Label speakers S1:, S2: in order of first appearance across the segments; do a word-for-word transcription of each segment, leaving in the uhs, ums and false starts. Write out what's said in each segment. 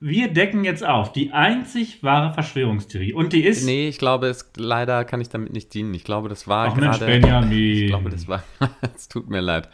S1: Wir decken jetzt auf die einzig wahre Verschwörungstheorie. Und die ist.
S2: Nee, ich glaube, es, leider kann ich damit nicht dienen. Ich glaube, das war
S1: Ach Mensch,
S2: gerade. Ich glaube, das
S1: Benjamin.
S2: war. Es tut mir leid.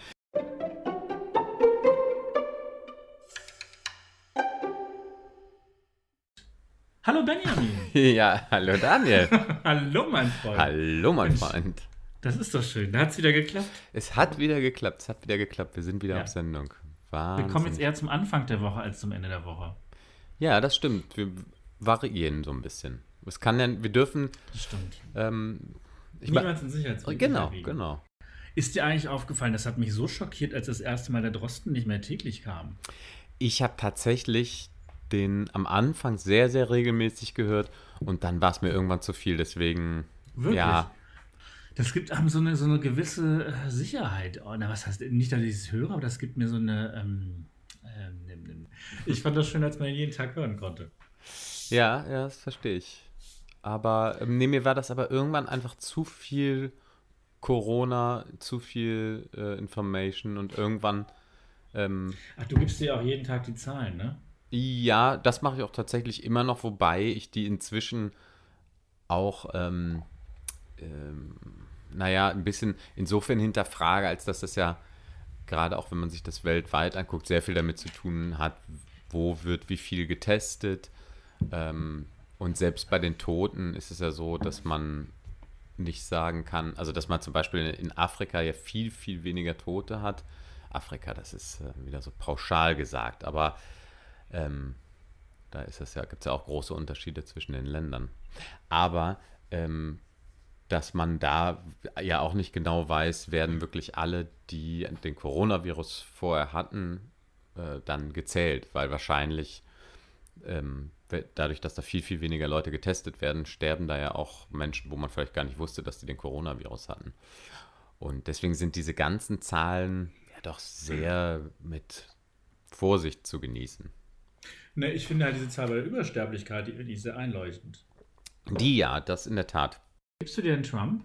S1: Hallo Benjamin.
S2: Ja, hallo Daniel.
S1: Hallo mein Freund.
S2: Hallo, mein
S1: Mensch,
S2: Freund.
S1: das ist doch schön. Da hat es wieder geklappt.
S2: Es hat wieder geklappt. Es hat wieder geklappt. Wir sind wieder
S1: Ja.
S2: auf Sendung.
S1: Wir kommen jetzt
S2: Wahnsinn.
S1: eher zum Anfang der Woche als zum Ende der Woche.
S2: Ja, das stimmt. Wir variieren so ein bisschen. Es kann ja, wir dürfen.
S1: Das stimmt.
S2: Ähm, ich ma-
S1: Niemals in Sicherheit.
S2: genau, genau.
S1: Ist dir eigentlich aufgefallen, das hat mich so schockiert, als das erste Mal der Drosten nicht mehr täglich kam?
S2: Ich habe tatsächlich den am Anfang sehr, sehr regelmäßig gehört und dann war es mir irgendwann zu viel. Deswegen,
S1: Wirklich?
S2: ja,
S1: Das gibt einem so eine, so eine gewisse äh, Sicherheit. Oh, na, was heißt, nicht, dass ich es höre, aber das gibt mir so eine. Ähm, ähm, nimm, nimm. Ich fand das schön, als man ihn jeden Tag hören konnte.
S2: ja, ja, das verstehe ich. Aber ähm, nee, mir war das aber irgendwann einfach zu viel Corona, zu viel äh, Information und irgendwann, ähm,
S1: Ach, du gibst dir auch jeden Tag die Zahlen, ne?
S2: ja, das mache ich auch tatsächlich immer noch, wobei ich die inzwischen auch, ähm, ähm, naja, ein bisschen insofern hinterfrage, als dass das ja gerade auch, wenn man sich das weltweit anguckt, sehr viel damit zu tun hat, wo wird wie viel getestet. Ähm, und selbst bei den Toten ist es ja so, dass man nicht sagen kann, also dass man zum Beispiel in Afrika ja viel, viel weniger Tote hat. Afrika, das ist äh, wieder so pauschal gesagt, aber ähm, da ist es ja, gibt es ja auch große Unterschiede zwischen den Ländern. Aber ähm, dass man da ja auch nicht genau weiß, werden wirklich alle, die den Coronavirus vorher hatten, äh, dann gezählt, weil wahrscheinlich ähm, dadurch, dass da viel, viel weniger Leute getestet werden, sterben da ja auch Menschen, wo man vielleicht gar nicht wusste, dass die den Coronavirus hatten. Und deswegen sind diese ganzen Zahlen ja doch sehr mit Vorsicht zu genießen.
S1: Ne, ich finde halt diese Zahl bei der Übersterblichkeit, die, die ist sehr einleuchtend.
S2: Die ja, das in der Tat.
S1: Gibst du dir den Trump?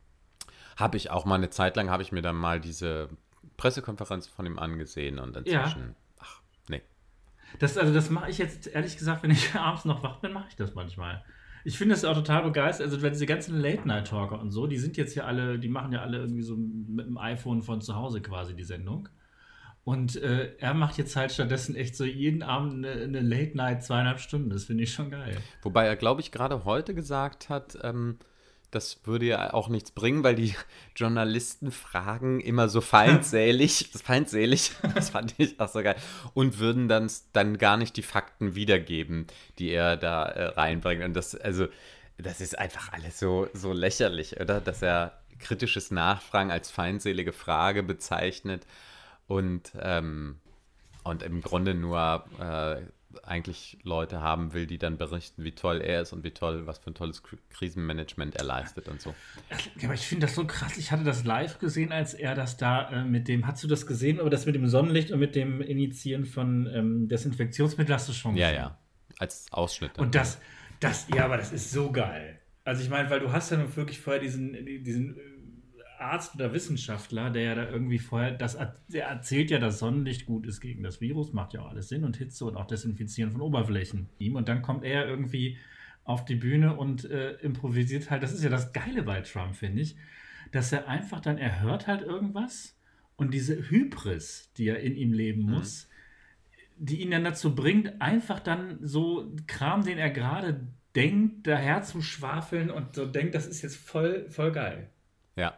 S2: Habe ich auch mal eine Zeit lang, habe ich mir dann mal diese Pressekonferenz von ihm angesehen und
S1: Ja.
S2: inzwischen, ach, nee.
S1: Das, also das mache ich jetzt ehrlich gesagt, wenn ich abends noch wach bin, mache ich das manchmal. Ich finde das auch total begeistert. Also weil diese ganzen Late-Night-Talker und so, die sind jetzt ja alle, die machen ja alle irgendwie so mit dem iPhone von zu Hause quasi die Sendung. Und äh, er macht jetzt halt stattdessen echt so jeden Abend eine, eine Late-Night zweieinhalb Stunden. Das finde ich schon geil.
S2: Wobei er, glaube ich, gerade heute gesagt hat, ähm, das würde ja auch nichts bringen, weil die Journalisten fragen immer so feindselig, das feindselig, das fand ich auch so geil, und würden dann, dann gar nicht die Fakten wiedergeben, die er da äh, reinbringt. Und das, also, das ist einfach alles so, so lächerlich, oder? Dass er kritisches Nachfragen als feindselige Frage bezeichnet und, ähm, und im Grunde nur äh, eigentlich Leute haben will, die dann berichten, wie toll er ist und wie toll, was für ein tolles Kri- Krisenmanagement er leistet und so.
S1: Ja, aber ich finde das so krass. Ich hatte das live gesehen, als er das da äh, mit dem, hast du das gesehen? Aber das mit dem Sonnenlicht und mit dem Initiieren von ähm, Desinfektionsmittel hast du schon
S2: Ja,
S1: gesehen.
S2: ja, als Ausschnitt dann
S1: Und
S2: immer.
S1: das, das, ja, aber das ist so geil. Also ich meine, weil du hast ja nun wirklich vorher diesen, diesen äh, Arzt oder Wissenschaftler, der ja da irgendwie vorher, das, der erzählt ja, dass Sonnenlicht gut ist gegen das Virus, macht ja auch alles Sinn und Hitze und auch Desinfizieren von Oberflächen. Ihm und dann kommt er irgendwie auf die Bühne und äh, improvisiert halt. Das ist ja das Geile bei Trump, finde ich, dass er einfach dann, er hört halt irgendwas und diese Hybris, die er in ihm leben
S2: Mhm.
S1: muss, die ihn dann dazu bringt, einfach dann so Kram, den er gerade denkt, daher zu schwafeln und so denkt, das ist jetzt voll, voll geil.
S2: Ja,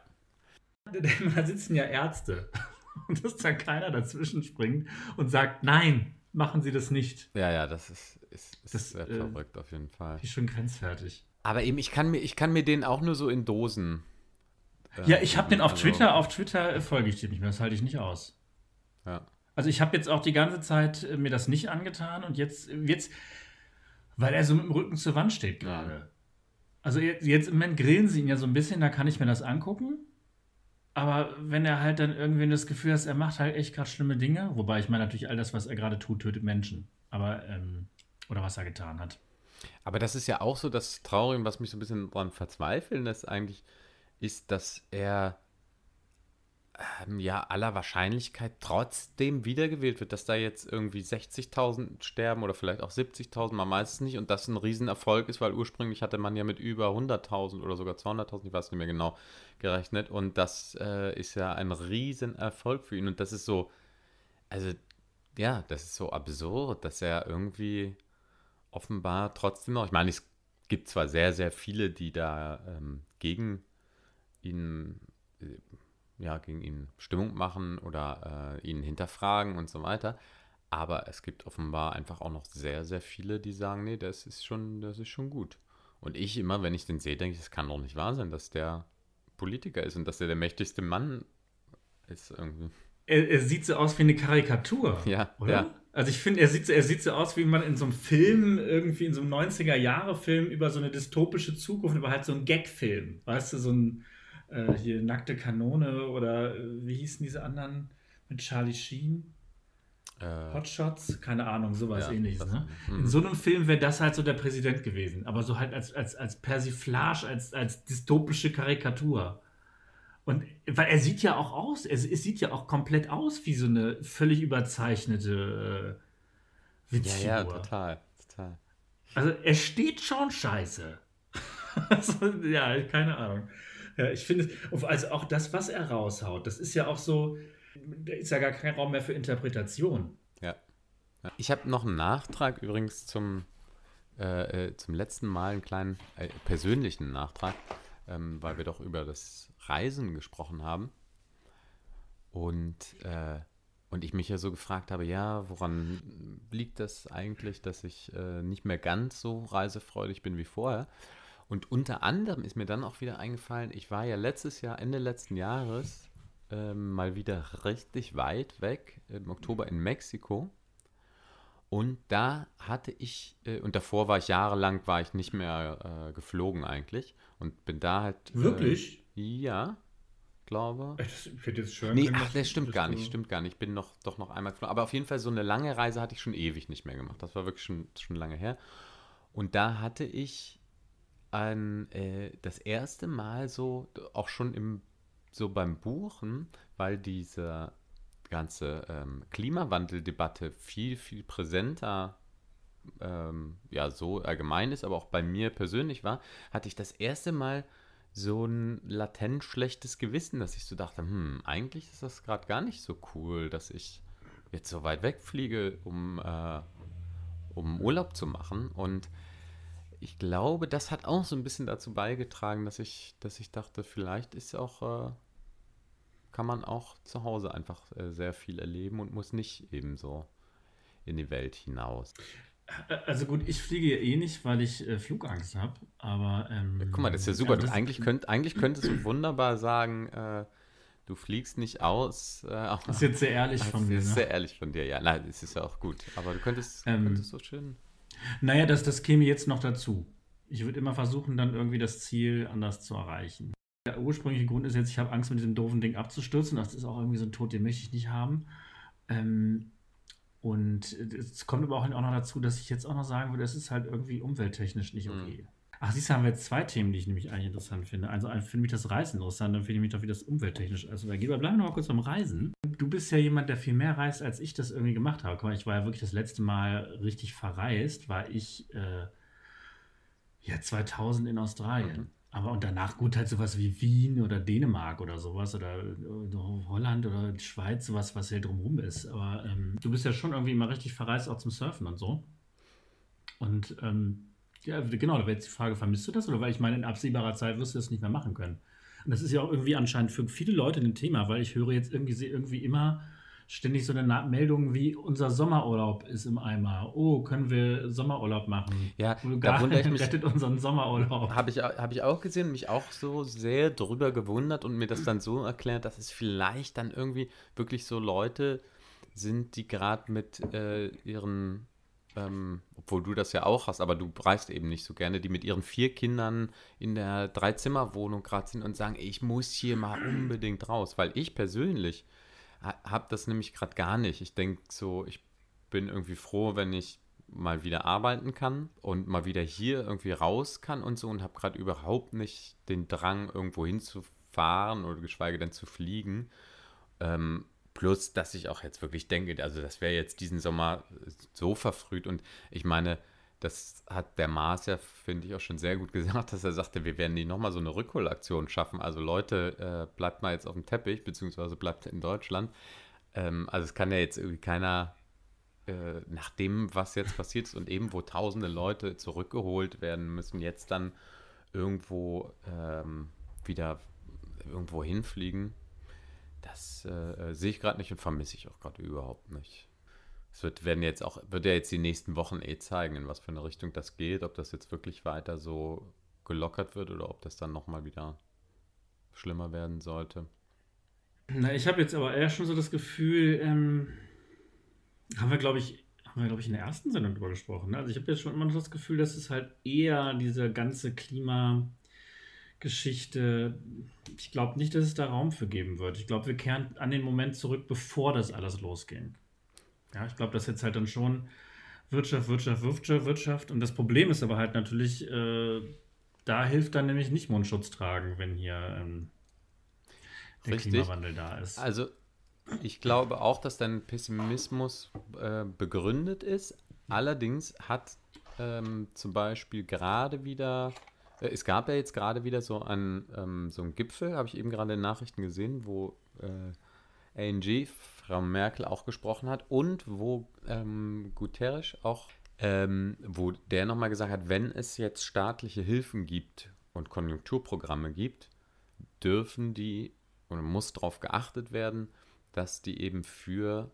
S1: Da sitzen ja Ärzte und dass da keiner dazwischen springt und sagt, nein, machen Sie das nicht.
S2: ja, ja, das ist, ist, ist
S1: Das
S2: sehr
S1: äh,
S2: verrückt auf jeden Fall.
S1: ist schon grenzwertig.
S2: Aber eben, ich kann mir, ich kann mir den auch nur so in Dosen
S1: Ja,
S2: äh,
S1: ich habe den
S2: geben.
S1: auf
S2: Also,
S1: Twitter, auf Twitter äh, folge ich dem nicht mehr, das halte ich nicht aus.
S2: ja.
S1: Also ich habe jetzt auch die ganze Zeit äh, mir das nicht angetan und jetzt, jetzt, weil er so mit dem Rücken zur Wand steht gerade. Also jetzt, jetzt im Moment grillen sie ihn ja so ein bisschen, da kann ich mir das angucken. Aber wenn er halt dann irgendwie das Gefühl hat, er macht halt echt gerade schlimme Dinge, wobei ich meine natürlich, all das, was er gerade tut, tötet Menschen. Aber, ähm, oder was er getan hat.
S2: Aber das ist ja auch so das Traurige, was mich so ein bisschen dran verzweifeln lässt eigentlich, ist, dass er ähm, ja aller Wahrscheinlichkeit trotzdem wiedergewählt wird, dass da jetzt irgendwie sechzigtausend sterben oder vielleicht auch siebzigtausend, man weiß es nicht, und das ein Riesenerfolg ist, weil ursprünglich hatte man ja mit über hunderttausend oder sogar zweihunderttausend, ich weiß nicht mehr genau, gerechnet, und das äh, ist ja ein Riesenerfolg für ihn und das ist so, also ja, das ist so absurd, dass er irgendwie offenbar trotzdem noch, ich meine, es gibt zwar sehr, sehr viele, die da ähm, gegen ihn, äh, ja, gegen ihn Stimmung machen oder äh, ihn hinterfragen und so weiter, aber es gibt offenbar einfach auch noch sehr, sehr viele, die sagen, nee, das ist schon, das ist schon gut. Und ich immer, wenn ich den sehe, denke ich, es kann doch nicht wahr sein, dass der Politiker ist und dass er der mächtigste Mann ist irgendwie.
S1: Er, er sieht so aus wie eine Karikatur,
S2: Ja, ja,
S1: oder? Also ich finde, er sieht, so- er sieht so aus, wie man in so einem Film, irgendwie in so einem neunziger-Jahre-Film über so eine dystopische Zukunft, aber halt so ein Gag-Film. Weißt du, so ein äh, hier Nackte Kanone oder äh, wie hießen diese anderen mit Charlie Sheen?
S2: äh,
S1: Hotshots? Keine Ahnung, sowas
S2: ja,
S1: ähnliches,
S2: das,
S1: ne? In
S2: mhm.
S1: so einem Film wäre das halt so der Präsident gewesen. Aber so halt als, als, als Persiflage, als, als dystopische Karikatur. Und weil er sieht ja auch aus, es, es sieht ja auch komplett aus wie so eine völlig überzeichnete äh,
S2: Ja, ja,
S1: Witzfigur.
S2: total, total.
S1: Also er steht schon scheiße. Also, ja, keine Ahnung. Ja, ich finde, es- also auch das, was er raushaut, das ist ja auch so, da ist ja gar kein Raum mehr für Interpretation.
S2: Ja. Ja. Ich habe noch einen Nachtrag übrigens zum, äh, äh, zum letzten Mal, einen kleinen äh, persönlichen Nachtrag, ähm, weil wir doch über das Reisen gesprochen haben. Und, äh, und ich mich ja so gefragt habe, ja, woran liegt das eigentlich, dass ich äh, nicht mehr ganz so reisefreudig bin wie vorher? Und unter anderem ist mir dann auch wieder eingefallen, ich war ja letztes Jahr, Ende letzten Jahres, ähm, mal wieder richtig weit weg, im Oktober in Mexiko. Und da hatte ich, äh, und davor war ich jahrelang, war ich nicht mehr äh, geflogen eigentlich. Und bin da halt, ähm,
S1: Wirklich?
S2: ja, glaube.
S1: Ey, das, ich hätte jetzt schwören
S2: Nee,
S1: können,
S2: ach,
S1: dass,
S2: das stimmt
S1: dass
S2: gar nicht,
S1: du.
S2: stimmt gar nicht. Ich bin noch, doch noch einmal geflogen. Aber auf jeden Fall so eine lange Reise hatte ich schon ewig nicht mehr gemacht. Das war wirklich schon, schon lange her. Und da hatte ich ein, äh, das erste Mal so, auch schon im, so beim Buchen, weil diese ganze ähm, Klimawandeldebatte viel, viel präsenter, ähm, ja, so allgemein ist, aber auch bei mir persönlich war, hatte ich das erste Mal so ein latent schlechtes Gewissen, dass ich so dachte, hm, eigentlich ist das gerade gar nicht so cool, dass ich jetzt so weit wegfliege, um, äh, um Urlaub zu machen. Und ich glaube, das hat auch so ein bisschen dazu beigetragen, dass ich, dass ich dachte, vielleicht ist auch, äh, kann man auch zu Hause einfach äh, sehr viel erleben und muss nicht eben so in die Welt hinaus.
S1: Also gut, ich fliege ja eh nicht, weil ich äh, Flugangst habe. Aber
S2: Ja, guck mal, das ist ja
S1: ähm,
S2: super.
S1: also
S2: Du,
S1: das,
S2: eigentlich, könnt, eigentlich könntest du wunderbar sagen, äh, du fliegst nicht aus. Äh,
S1: ist jetzt sehr ehrlich
S2: das
S1: von mir,
S2: ist
S1: ne?
S2: sehr ehrlich von dir, ja. Nein, das ist ja auch gut. Aber du könntest, könntest
S1: Ähm,
S2: so schön.
S1: naja, das, das käme jetzt noch dazu. Ich würde immer versuchen, dann irgendwie das Ziel anders zu erreichen. Der ursprüngliche Grund ist jetzt, ich habe Angst, mit diesem doofen Ding abzustürzen. Das ist auch irgendwie so ein Tod, den möchte ich nicht haben. Ähm, und es kommt aber auch noch dazu, dass ich jetzt auch noch sagen würde, es ist halt irgendwie umwelttechnisch nicht
S2: Hm.
S1: okay. Ach, siehst du, haben wir jetzt zwei Themen, die ich nämlich eigentlich interessant finde. Also ein- finde mich das Reisen interessant, dann finde ich mich doch, wie das umwelttechnisch ist. Aber bleiben wir noch mal kurz beim Reisen. Du bist ja jemand, der viel mehr reist, als ich das irgendwie gemacht habe. Guck mal, ich war ja wirklich das letzte Mal richtig verreist, war ich äh, ja zweitausend in
S2: Mhm.
S1: Australien. Aber und danach gut halt sowas wie Wien oder Dänemark oder sowas oder, oder Holland oder die Schweiz, sowas, was hier drumherum ist. Aber ähm, du bist ja schon irgendwie mal richtig verreist, auch zum Surfen und so. Und ähm, ja, genau, da wäre jetzt die Frage, vermisst du das? Oder weil ich meine, in absehbarer Zeit wirst du das nicht mehr machen können. Und das ist ja auch irgendwie anscheinend für viele Leute ein Thema, weil ich höre jetzt irgendwie, sehe irgendwie immer ständig so eine Na- Meldung wie unser Sommerurlaub ist im Eimer. Oh, können wir Sommerurlaub machen?
S2: Ja, da
S1: Bulgarien
S2: wundere ich mich,
S1: rettet unseren Sommerurlaub.
S2: habe ich, au- hab ich auch gesehen, mich auch so sehr drüber gewundert und mir das dann so erklärt, dass es vielleicht dann irgendwie wirklich so Leute sind, die gerade mit äh, ihren, ähm, obwohl du das ja auch hast, aber du reist eben nicht so gerne, die mit ihren vier Kindern in der Dreizimmerwohnung gerade sind und sagen, ich muss hier mal unbedingt raus, weil ich persönlich ha habe das nämlich gerade gar nicht. Ich denke so, ich bin irgendwie froh, wenn ich mal wieder arbeiten kann und mal wieder hier irgendwie raus kann und so und habe gerade überhaupt nicht den Drang, irgendwo hinzufahren oder geschweige denn zu fliegen. Ähm, plus, dass ich auch jetzt wirklich denke, also das wäre jetzt diesen Sommer so verfrüht. Und ich meine, das hat der Maas ja, finde ich, auch schon sehr gut gesagt, dass er sagte, wir werden die nochmal so eine Rückholaktion schaffen. Also Leute, äh, bleibt mal jetzt auf dem Teppich, beziehungsweise bleibt in Deutschland. Ähm, also es kann ja jetzt irgendwie keiner, äh, nach dem, was jetzt passiert ist und eben wo tausende Leute zurückgeholt werden müssen, jetzt dann irgendwo ähm, wieder irgendwo hinfliegen. Das äh, sehe ich gerade nicht und vermisse ich auch gerade überhaupt nicht. Es wird, werden jetzt auch, wird ja jetzt die nächsten Wochen eh zeigen, in was für eine Richtung das geht, ob das jetzt wirklich weiter so gelockert wird oder ob das dann nochmal wieder schlimmer werden sollte.
S1: Na, ich habe jetzt aber eher schon so das Gefühl, ähm, haben wir, glaube ich, haben wir, glaube ich, in der ersten Sendung drüber gesprochen. Ne? Also ich habe jetzt schon immer noch das Gefühl, dass es halt eher diese ganze Klimageschichte, ich glaube nicht, dass es da Raum für geben wird. Ich glaube, wir kehren an den Moment zurück, bevor das alles losging. Ja, ich glaube, das ist jetzt halt dann schon Wirtschaft, Wirtschaft, Wirtschaft, Wirtschaft. Und das Problem ist aber halt natürlich, äh, da hilft dann nämlich nicht Mundschutz tragen, wenn hier ähm, der
S2: Richtig.
S1: Klimawandel da ist.
S2: Also ich glaube auch, dass dein Pessimismus äh, begründet ist. Allerdings hat ähm, zum Beispiel gerade wieder, äh, es gab ja jetzt gerade wieder so einen, ähm, so einen Gipfel, habe ich eben gerade in den Nachrichten gesehen, wo äh, A N G, Frau Merkel, auch gesprochen hat und wo ähm, Guterres auch, ähm, wo der nochmal gesagt hat, wenn es jetzt staatliche Hilfen gibt und Konjunkturprogramme gibt, dürfen die oder muss darauf geachtet werden, dass die eben für,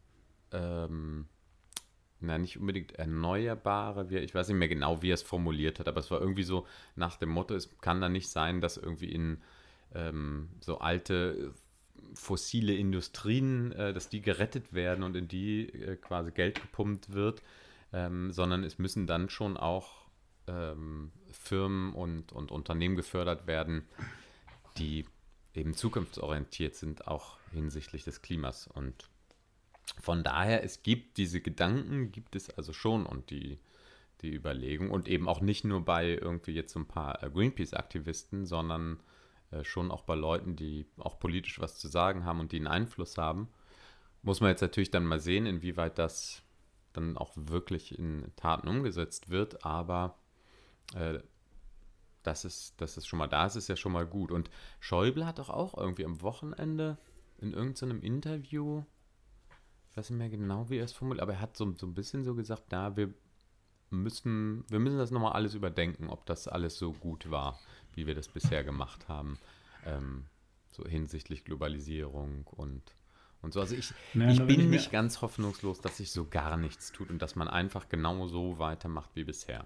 S2: ähm, na nicht unbedingt erneuerbare, wie, ich weiß nicht mehr genau, wie er es formuliert hat, aber es war irgendwie so nach dem Motto, es kann da nicht sein, dass irgendwie in ähm, so alte fossile Industrien, äh, dass die gerettet werden und in die äh, quasi Geld gepumpt wird, ähm, sondern es müssen dann schon auch ähm, Firmen und, und Unternehmen gefördert werden, die eben zukunftsorientiert sind, auch hinsichtlich des Klimas. Und von daher, es gibt diese Gedanken, gibt es also schon und die, die Überlegung und eben auch nicht nur bei irgendwie jetzt so ein paar Greenpeace-Aktivisten, sondern äh, schon auch bei Leuten, die auch politisch was zu sagen haben und die einen Einfluss haben. Muss man jetzt natürlich dann mal sehen, inwieweit das dann auch wirklich in Taten umgesetzt wird, aber äh, Das ist, das ist schon mal da, es ist ja schon mal gut. Und Schäuble hat doch auch irgendwie am Wochenende in irgendeinem Interview, ich weiß nicht mehr genau, wie er es formuliert, aber er hat so, so ein bisschen so gesagt, na, wir müssen, wir müssen das nochmal alles überdenken, ob das alles so gut war, wie wir das bisher gemacht haben. Ähm, so hinsichtlich Globalisierung und, und so. Also ich,
S1: Naja,
S2: ich
S1: nur wenn
S2: bin
S1: ich mir-
S2: nicht ganz hoffnungslos, dass sich so gar nichts tut und dass man einfach genau so weitermacht wie bisher.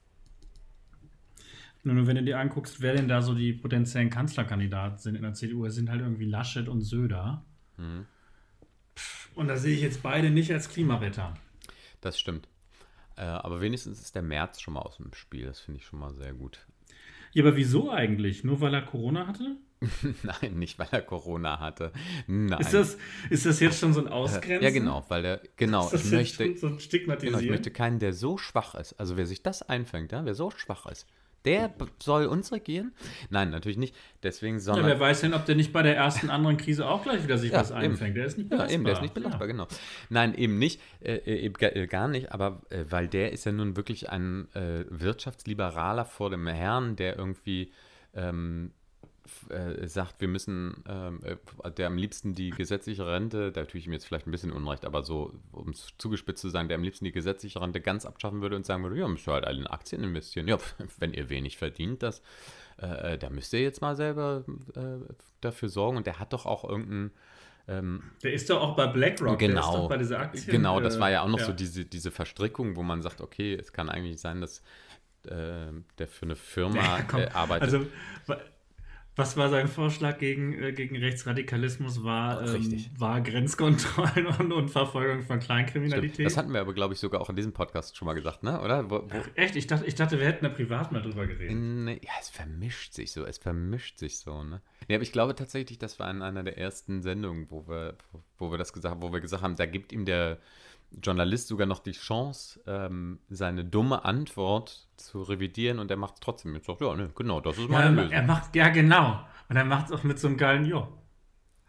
S1: Nur wenn du dir anguckst, wer denn da so die potenziellen Kanzlerkandidaten sind in der C D U, es sind halt irgendwie Laschet und Söder.
S2: Mhm.
S1: Und da sehe ich jetzt beide nicht als Klimaretter.
S2: Das stimmt. Äh, aber wenigstens ist der März schon mal aus dem Spiel. Das finde ich schon mal sehr gut.
S1: Ja, aber wieso eigentlich? Nur weil er Corona hatte?
S2: Nein, nicht weil er Corona hatte. Nein.
S1: Ist das, ist das jetzt schon so ein
S2: Äh,
S1: Ausgrenzen?
S2: ja, genau, weil der, genau,
S1: Ist das
S2: ich
S1: jetzt
S2: möchte,
S1: schon so ein
S2: genau,
S1: Stigmatisieren?
S2: ich möchte keinen, der so schwach ist. Also wer sich das einfängt, ja, wer so schwach ist, der b- soll uns regieren? Nein, natürlich nicht. Deswegen,
S1: Ja,
S2: sondern
S1: wer weiß denn, ob der nicht bei der ersten anderen Krise auch gleich wieder sich
S2: Ja,
S1: was
S2: eben.
S1: einfängt. Der ist nicht
S2: Ja,
S1: belastbar.
S2: eben, der ist nicht belastbar, genau. Nein, eben nicht, äh, eben ga- äh, gar nicht, aber äh, weil der ist ja nun wirklich ein äh, Wirtschaftsliberaler vor dem Herrn, der irgendwie ähm, f- äh, sagt, wir müssen, ähm, äh, der am liebsten die gesetzliche Rente, da tue ich ihm jetzt vielleicht ein bisschen Unrecht, aber so, um es zugespitzt zu sagen, der am liebsten die gesetzliche Rente ganz abschaffen würde und sagen würde, ja, müsst ihr halt alle in Aktien investieren. Ja, wenn ihr wenig verdient, das, äh, da müsst ihr jetzt mal selber äh, dafür sorgen. Und der hat doch auch irgendein ähm,
S1: Der ist doch auch bei BlackRock. Der ist
S2: Genau,
S1: doch bei dieser Aktien.
S2: genau, das
S1: äh,
S2: war ja auch noch
S1: ja.
S2: so diese, diese Verstrickung, wo man sagt, okay, es kann eigentlich sein, dass äh, der für eine Firma
S1: Ja, komm,
S2: äh, arbeitet.
S1: Also, wa- was war sein Vorschlag gegen, äh, gegen Rechtsradikalismus? War, ähm,
S2: Richtig.
S1: war Grenzkontrollen und, und Verfolgung von
S2: Stimmt.
S1: Kleinkriminalität?
S2: Das hatten wir aber, glaube ich, sogar auch in diesem Podcast schon mal gesagt, ne? Oder? Wo, wo,
S1: Echt? Ich dachte, ich dachte, wir hätten da privat mal drüber geredet.
S2: in, ja, es vermischt sich so, es vermischt sich so, ne? Nee, aber ich glaube tatsächlich, das war in einer der ersten Sendungen, wo wir, wo wir das gesagt haben, wo wir gesagt haben, da gibt ihm der Journalist sogar noch die Chance, ähm, seine dumme Antwort zu revidieren und er macht es trotzdem. Jetzt sagt, ja, ne, genau, das ist
S1: Ja,
S2: meine
S1: er,
S2: Lösung.
S1: er macht, ja, genau. Und er macht es auch mit so einem geilen Jo.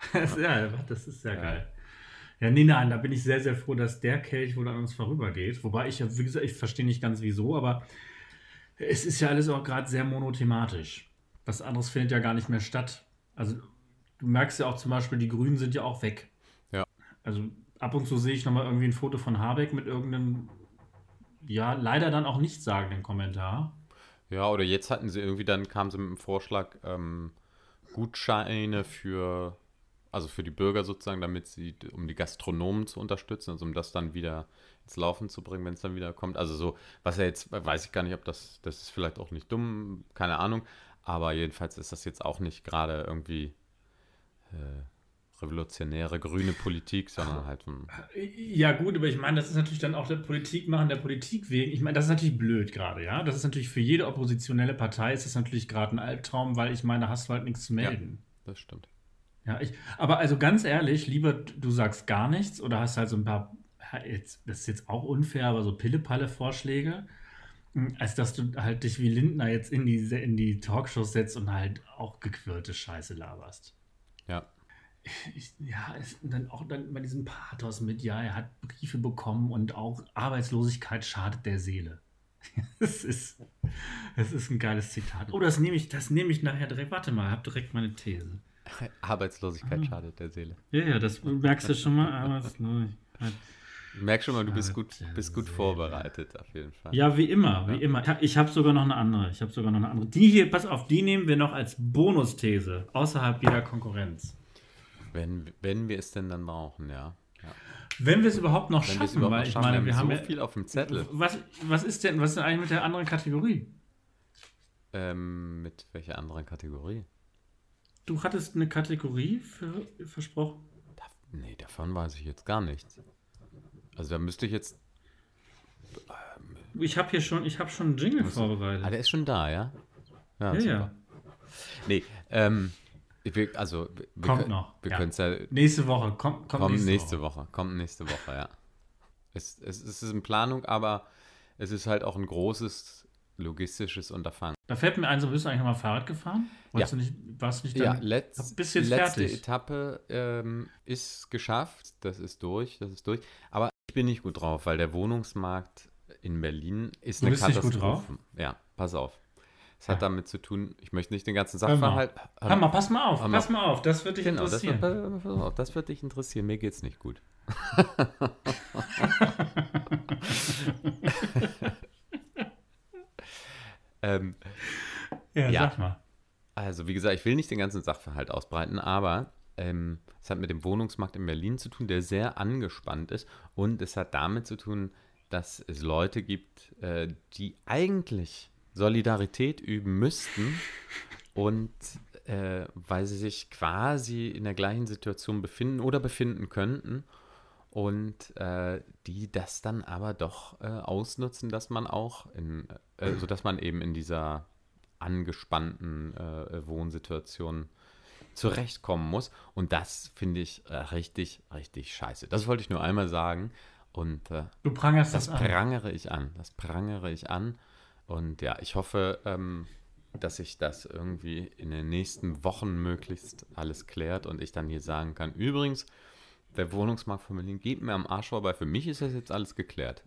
S1: Das, ja, das ist sehr geil. Ja, nee, nein, da bin ich sehr, sehr froh, dass der Kelch wohl an uns vorübergeht. Wobei ich, ja, wie gesagt, ich verstehe nicht ganz wieso, aber es ist ja alles auch gerade sehr monothematisch. Was anderes findet ja gar nicht mehr statt. Also du merkst ja auch zum Beispiel, die Grünen sind ja auch weg.
S2: Ja.
S1: Also ab und zu sehe ich nochmal irgendwie ein Foto von Habeck mit irgendeinem, ja, leider dann auch nichtssagenden Kommentar.
S2: Ja, oder jetzt hatten sie irgendwie, dann kam sie mit dem Vorschlag, ähm, Gutscheine für, also für die Bürger sozusagen, damit sie, um die Gastronomen zu unterstützen, also um das dann wieder ins Laufen zu bringen, wenn es dann wieder kommt. Also so, was er jetzt, weiß ich gar nicht, ob das, das ist vielleicht auch nicht dumm, keine Ahnung, aber jedenfalls ist das jetzt auch nicht gerade irgendwie äh, revolutionäre grüne Politik, sondern halt so ein,
S1: Ja, gut, aber ich meine, das ist natürlich dann auch der Politik machen, der Politik wegen. Ich meine, das ist natürlich blöd gerade, ja. Das ist natürlich für jede oppositionelle Partei ist das natürlich gerade ein Albtraum, weil ich meine, da hast du halt nichts zu
S2: ja,
S1: melden.
S2: das stimmt.
S1: Ja, ich, aber also ganz ehrlich, lieber du sagst gar nichts oder hast halt so ein paar, ja, jetzt, das ist jetzt auch unfair, aber so Pille-Palle-Vorschläge, mh, als dass du halt dich wie Lindner jetzt in die, in die Talkshows setzt und halt auch gequirlte Scheiße laberst.
S2: Ja.
S1: Ich, ja, es, und dann auch dann bei diesem Pathos mit, ja, er hat Briefe bekommen und auch Arbeitslosigkeit schadet der Seele. Das ist, das ist ein geiles Zitat. Oh, das nehme ich, das nehme ich nachher direkt. Warte mal, ich habe direkt meine These.
S2: Arbeitslosigkeit schadet der Seele.
S1: Ja, ja, das merkst du schon mal. Arbeitslosigkeit
S2: Ich merke schon mal, du bist
S1: schadet
S2: gut,
S1: der
S2: bist gut
S1: Seele.
S2: vorbereitet, auf jeden Fall.
S1: Ja, wie immer,
S2: Ja.
S1: wie immer. Ich, ich habe sogar noch eine andere. Ich habe sogar noch eine andere. Die hier, pass auf, die nehmen wir noch als Bonusthese außerhalb jeder Konkurrenz.
S2: Wenn, wenn wir es denn dann brauchen, ja. ja.
S1: Wenn wir es überhaupt noch
S2: Wenn wir es
S1: schaffen,
S2: überhaupt
S1: weil
S2: noch
S1: ich
S2: schaffen,
S1: meine,
S2: wir
S1: wir
S2: haben
S1: haben
S2: so
S1: ja.
S2: viel auf dem Zettel.
S1: Was, was ist denn, was ist denn eigentlich mit der anderen Kategorie?
S2: Ähm, mit welcher anderen Kategorie?
S1: Du hattest eine Kategorie für, versprochen.
S2: Da, nee, davon weiß ich jetzt gar nichts. Also da müsste ich jetzt.
S1: Ich habe hier schon, ich habe schon einen Jingle
S2: Ah,
S1: vorbereitet.
S2: der ist schon da, ja? Ja,
S1: Ja,
S2: super.
S1: ja.
S2: Nee, ähm, wir, also wir,
S1: Kommt
S2: können,
S1: noch.
S2: wir
S1: Ja.
S2: können es ja.
S1: Nächste Woche. Kommt, kommt
S2: Kommt
S1: nächste,
S2: nächste
S1: Woche.
S2: Woche. Kommt nächste Woche, ja. Es, es, es ist in Planung, aber es ist halt auch ein großes logistisches Unterfangen.
S1: Da fällt mir ein, so bist du eigentlich nochmal Fahrrad gefahren? Wolltest
S2: Ja.
S1: du nicht, warst du nicht
S2: Ja,
S1: dann?
S2: letzt,
S1: Bist jetzt
S2: letzte
S1: fertig?
S2: Etappe ähm, ist geschafft. Das ist durch, das ist durch. Aber ich bin nicht gut drauf, weil der Wohnungsmarkt in Berlin ist
S1: Du
S2: eine
S1: bist nicht gut
S2: Katastrophe. Ja, pass auf. Es hat
S1: Ja.
S2: damit zu tun, ich möchte nicht den ganzen
S1: Hör mal.
S2: Sachverhalt.
S1: Hör mal, pass mal auf,
S2: Hör mal.
S1: pass mal auf, das wird dich
S2: Genau, das
S1: interessieren.
S2: wird, pass auf, das wird dich interessieren. Mir geht's nicht gut. ähm,
S1: ja,
S2: Ja.
S1: sag mal.
S2: Also, wie gesagt, ich will nicht den ganzen Sachverhalt ausbreiten, aber ähm, es hat mit dem Wohnungsmarkt in Berlin zu tun, der sehr angespannt ist. Und es hat damit zu tun, dass es Leute gibt, äh, die eigentlich Solidarität üben müssten und äh, weil sie sich quasi in der gleichen Situation befinden oder befinden könnten und äh, die das dann aber doch äh, ausnutzen, dass man auch in, äh, also dass man eben in dieser angespannten äh, Wohnsituation zurechtkommen muss. Und das finde ich äh, richtig, richtig scheiße. Das wollte ich nur einmal sagen. Und äh,
S1: Du prangerst
S2: das
S1: das an.
S2: prangere ich an. Das prangere ich an. Und ja, ich hoffe, ähm, dass sich das irgendwie in den nächsten Wochen möglichst alles klärt und ich dann hier sagen kann, übrigens, der Wohnungsmarkt von Berlin geht mir am Arsch vorbei. Für mich ist das jetzt alles geklärt.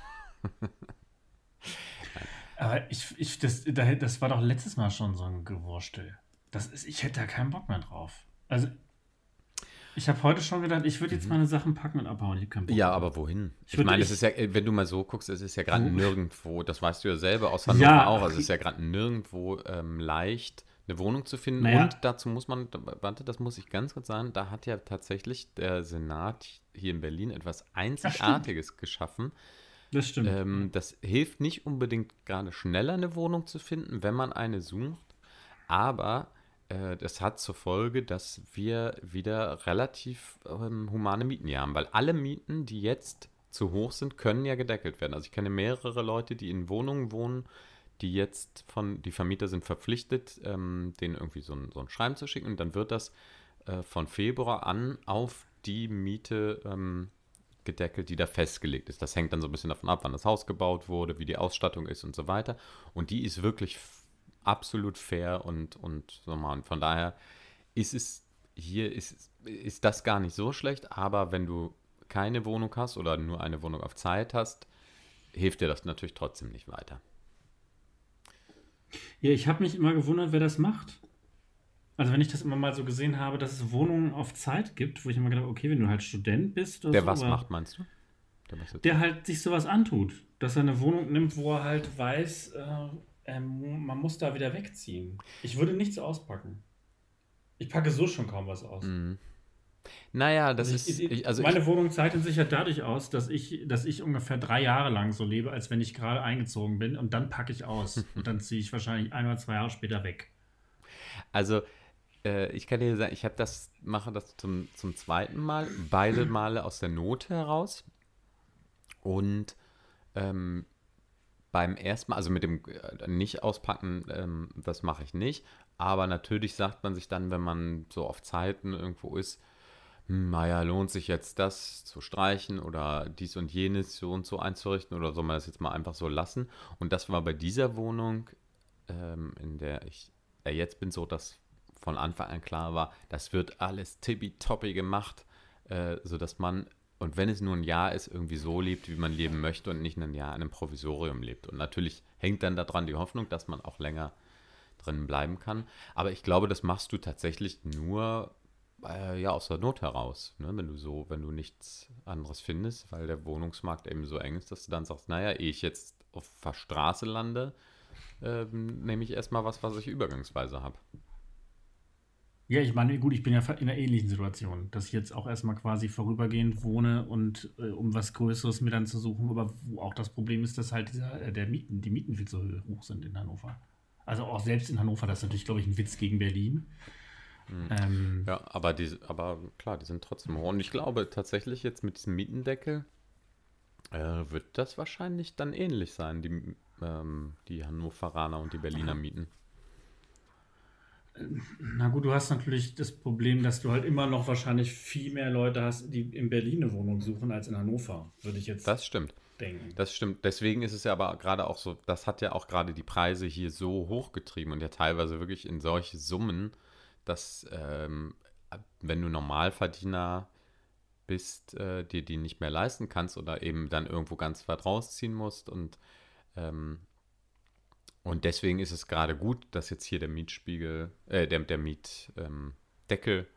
S1: Aber ich, ich, das, da- das war doch letztes Mal schon so ein Gewurstel. Das ist, ich hätte da keinen Bock mehr drauf. Also, ich habe heute schon gedacht, ich würde jetzt meine Sachen packen und abhauen. Ich hab keinen Bock
S2: Ja,
S1: mehr.
S2: aber wohin?
S1: Ich
S2: Ich
S1: würde-
S2: meine,
S1: ich-
S2: es ist ja, wenn du mal so guckst, es ist ja gerade
S1: Wo-
S2: nirgendwo, das weißt du ja selber aus Hannover
S1: Ja,
S2: auch, also es ist ja gerade nirgendwo ähm, leicht, eine Wohnung zu finden.
S1: Naja.
S2: Und dazu muss man, warte, das muss ich ganz kurz sagen, da hat ja tatsächlich der Senat hier in Berlin etwas Einzigartiges geschaffen.
S1: Das stimmt.
S2: Ähm, das hilft nicht unbedingt gerade schneller eine Wohnung zu finden, wenn man eine sucht, aber äh, das hat zur Folge, dass wir wieder relativ ähm, humane Mieten hier haben, weil alle Mieten, die jetzt zu hoch sind, können ja gedeckelt werden. Also ich kenne mehrere Leute, die in Wohnungen wohnen, die jetzt von, die Vermieter sind verpflichtet, ähm, denen irgendwie so ein, so ein Schreiben zu schicken und dann wird das äh, von Februar an auf die Miete ähm, gedeckelt, die da festgelegt ist. Das hängt dann so ein bisschen davon ab, wann das Haus gebaut wurde, wie die Ausstattung ist und so weiter. Und die ist wirklich f- absolut fair und, und normal. Und von daher ist es hier ist, ist das gar nicht so schlecht, aber wenn du keine Wohnung hast oder nur eine Wohnung auf Zeit hast, hilft dir das natürlich trotzdem nicht weiter.
S1: Ja, ich habe mich immer gewundert, wer das macht. Also wenn ich das immer mal so gesehen habe, dass es Wohnungen auf Zeit gibt, wo ich immer gedacht habe, okay, wenn du halt Student bist oder
S2: Der
S1: so,
S2: was
S1: aber
S2: macht, meinst du? Der was jetzt
S1: der
S2: macht?
S1: halt sich sowas antut, dass er eine Wohnung nimmt, wo er halt weiß, äh, ähm, man muss da wieder wegziehen. Ich würde nichts auspacken. Ich packe so schon kaum was aus.
S2: Mhm. Naja,
S1: Also
S2: das
S1: ich,
S2: ist,
S1: ich,
S2: ich, also ich,
S1: meine Wohnung zeichnet sich ja dadurch aus, dass ich, dass ich ungefähr drei Jahre lang so lebe, als wenn ich gerade eingezogen bin und dann packe ich aus und dann ziehe ich wahrscheinlich ein oder zwei Jahre später weg.
S2: also äh, ich kann dir sagen, ich habe das, mache das zum, zum zweiten Mal, beide Male aus der Not heraus und ähm, beim ersten Mal, also mit dem äh, nicht auspacken, ähm, das mache ich nicht, aber natürlich sagt man sich dann, wenn man so auf Zeiten irgendwo ist, hm, naja, lohnt sich jetzt das zu streichen oder dies und jenes so und so einzurichten oder soll man das jetzt mal einfach so lassen? Und das war bei dieser Wohnung, ähm, in der ich äh, jetzt bin, so, dass von Anfang an klar war, das wird alles tippitoppi gemacht, äh, sodass man, und wenn es nur ein Jahr ist, irgendwie so lebt, wie man leben möchte und nicht ein Jahr in einem Provisorium lebt. Und natürlich hängt dann daran die Hoffnung, dass man auch länger drin bleiben kann. Aber ich glaube, das machst du tatsächlich nur äh, ja, aus der Not heraus. Ne? Wenn du so, wenn du nichts anderes findest, weil der Wohnungsmarkt eben so eng ist, dass du dann sagst, naja, ehe ich jetzt auf der Straße lande, ähm, nehme ich erstmal was, was ich übergangsweise habe.
S1: Ja, ich meine, gut, ich bin ja in einer ähnlichen Situation, dass ich jetzt auch erstmal quasi vorübergehend wohne und äh, um was Größeres mir dann zu suchen, aber wo auch das Problem ist, dass halt dieser, äh, der Mieten, die Mieten viel zu hoch sind in Hannover. Also auch selbst in Hannover, das ist natürlich, glaube ich, ein Witz gegen Berlin.
S2: Hm.
S1: Ähm,
S2: Ja, aber die, aber klar, die sind trotzdem hoch. Und ich glaube tatsächlich jetzt mit diesem Mietendeckel äh, wird das wahrscheinlich dann ähnlich sein, die, ähm, die Hannoveraner und die Berliner Mieten.
S1: na gut, du hast natürlich das Problem, dass du halt immer noch wahrscheinlich viel mehr Leute hast, die in Berlin eine Wohnung suchen, als in Hannover, würde ich jetzt
S2: Das stimmt.
S1: denken.
S2: Das stimmt. Deswegen ist es ja aber gerade auch so, das hat ja auch gerade die Preise hier so hochgetrieben und ja teilweise wirklich in solche Summen, dass ähm, wenn du Normalverdiener bist, äh, dir die nicht mehr leisten kannst oder eben dann irgendwo ganz weit rausziehen musst und ähm, und deswegen ist es gerade gut, dass jetzt hier der Mietspiegel, äh, der, der Mietdeckel ähm, Deckel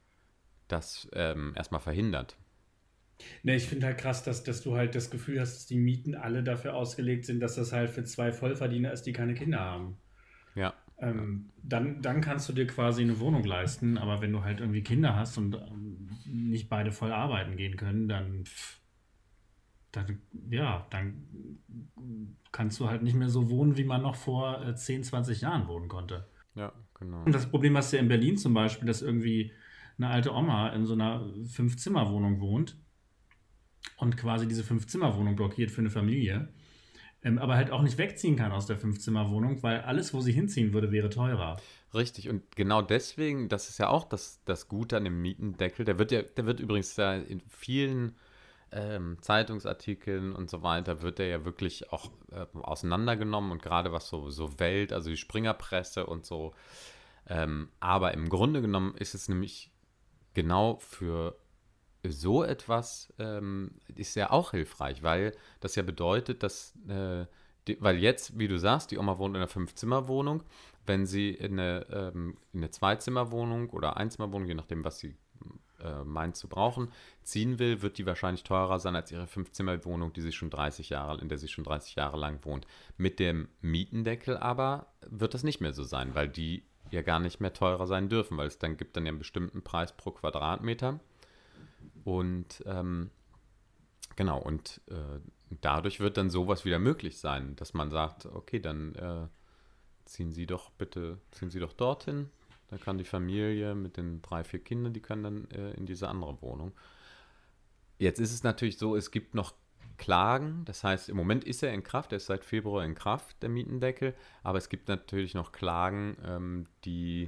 S2: das ähm, erstmal verhindert.
S1: Ne, ich finde halt krass, dass, dass du halt das Gefühl hast, dass die Mieten alle dafür ausgelegt sind, dass das halt für zwei Vollverdiener ist, die keine Kinder haben.
S2: Ja, ja,
S1: Ähm, dann, dann kannst du dir quasi eine Wohnung leisten, aber wenn du halt irgendwie Kinder hast und ähm, nicht beide voll arbeiten gehen können, dann, pff, dann, ja, dann kannst du halt nicht mehr so wohnen, wie man noch vor äh, zehn, zwanzig Jahren wohnen konnte.
S2: ja, genau.
S1: Und das Problem hast du ja in Berlin zum Beispiel, dass irgendwie eine alte Oma in so einer Fünf-Zimmer-Wohnung wohnt und quasi diese Fünf-Zimmer-Wohnung blockiert für eine Familie, ähm, aber halt auch nicht wegziehen kann aus der Fünf-Zimmer-Wohnung, weil alles, wo sie hinziehen würde, wäre teurer.
S2: Richtig, und genau deswegen, das ist ja auch das, das Gute an dem Mietendeckel, der wird ja, der wird übrigens ja in vielen ähm, Zeitungsartikeln und so weiter, wird der ja wirklich auch äh, auseinandergenommen und gerade was so, so Welt, also die Springerpresse und so. Ähm, aber im Grunde genommen ist es nämlich genau für so etwas ähm, ist ja auch hilfreich, weil das ja bedeutet, dass, äh, die, weil jetzt, wie du sagst, die Oma wohnt in einer Fünf-Zimmer-Wohnung, wenn sie in eine, ähm, in eine Zwei-Zimmer-Wohnung oder Einzimmer-Wohnung, je nachdem, was sie äh, meint zu brauchen, ziehen will, wird die wahrscheinlich teurer sein als ihre Fünf-Zimmer-Wohnung, die sie schon dreißig Jahre, in der sie schon dreißig Jahre lang wohnt. Mit dem Mietendeckel aber wird das nicht mehr so sein, weil die ja gar nicht mehr teurer sein dürfen, weil es dann gibt dann ja einen bestimmten Preis pro Quadratmeter. Und ähm, genau, und äh, dadurch wird dann sowas wieder möglich sein, dass man sagt, okay, dann äh, ziehen Sie doch bitte, ziehen Sie doch dorthin. Dann kann die Familie mit den drei, vier Kindern, die können dann äh, in diese andere Wohnung. Jetzt ist es natürlich so, es gibt noch Klagen, das heißt, im Moment ist er in Kraft, er ist seit Februar in Kraft, der Mietendeckel, aber es gibt natürlich noch Klagen, ähm, die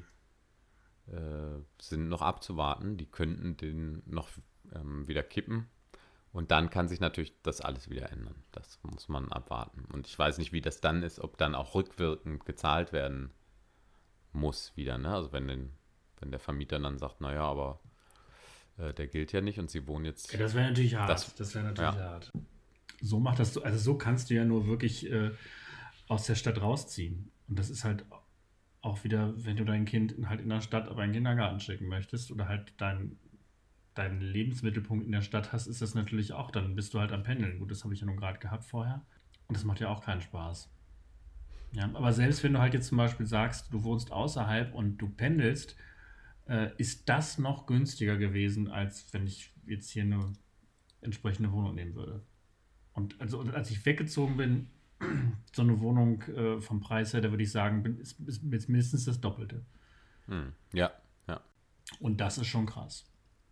S2: äh, sind noch abzuwarten, die könnten den noch ähm, wieder kippen. Und dann kann sich natürlich das alles wieder ändern. Das muss man abwarten. Und ich weiß nicht, wie das dann ist, ob dann auch rückwirkend gezahlt werden muss wieder. Ne? Also wenn, den, wenn der Vermieter dann sagt, naja, aber äh, der gilt ja nicht und sie wohnen jetzt.
S1: Ja, das wäre natürlich hart.
S2: Das,
S1: das wäre natürlich
S2: ja.
S1: hart. So macht das, also so kannst du ja nur wirklich äh, aus der Stadt rausziehen. Und das ist halt auch wieder, wenn du dein Kind halt in der Stadt aber in den Kindergarten schicken möchtest oder halt dein, deinen Lebensmittelpunkt in der Stadt hast, ist das natürlich auch, dann bist du halt am Pendeln. Gut, das habe ich ja nun gerade gehabt vorher. Und das macht ja auch keinen Spaß. Ja, aber selbst wenn du halt jetzt zum Beispiel sagst, du wohnst außerhalb und du pendelst, äh, ist das noch günstiger gewesen, als wenn ich jetzt hier eine entsprechende Wohnung nehmen würde. Und also als ich weggezogen bin, so eine Wohnung äh, vom Preis her, da würde ich sagen, bin, ist, ist jetzt mindestens das Doppelte.
S2: Hm. Ja, ja.
S1: Und das ist schon krass.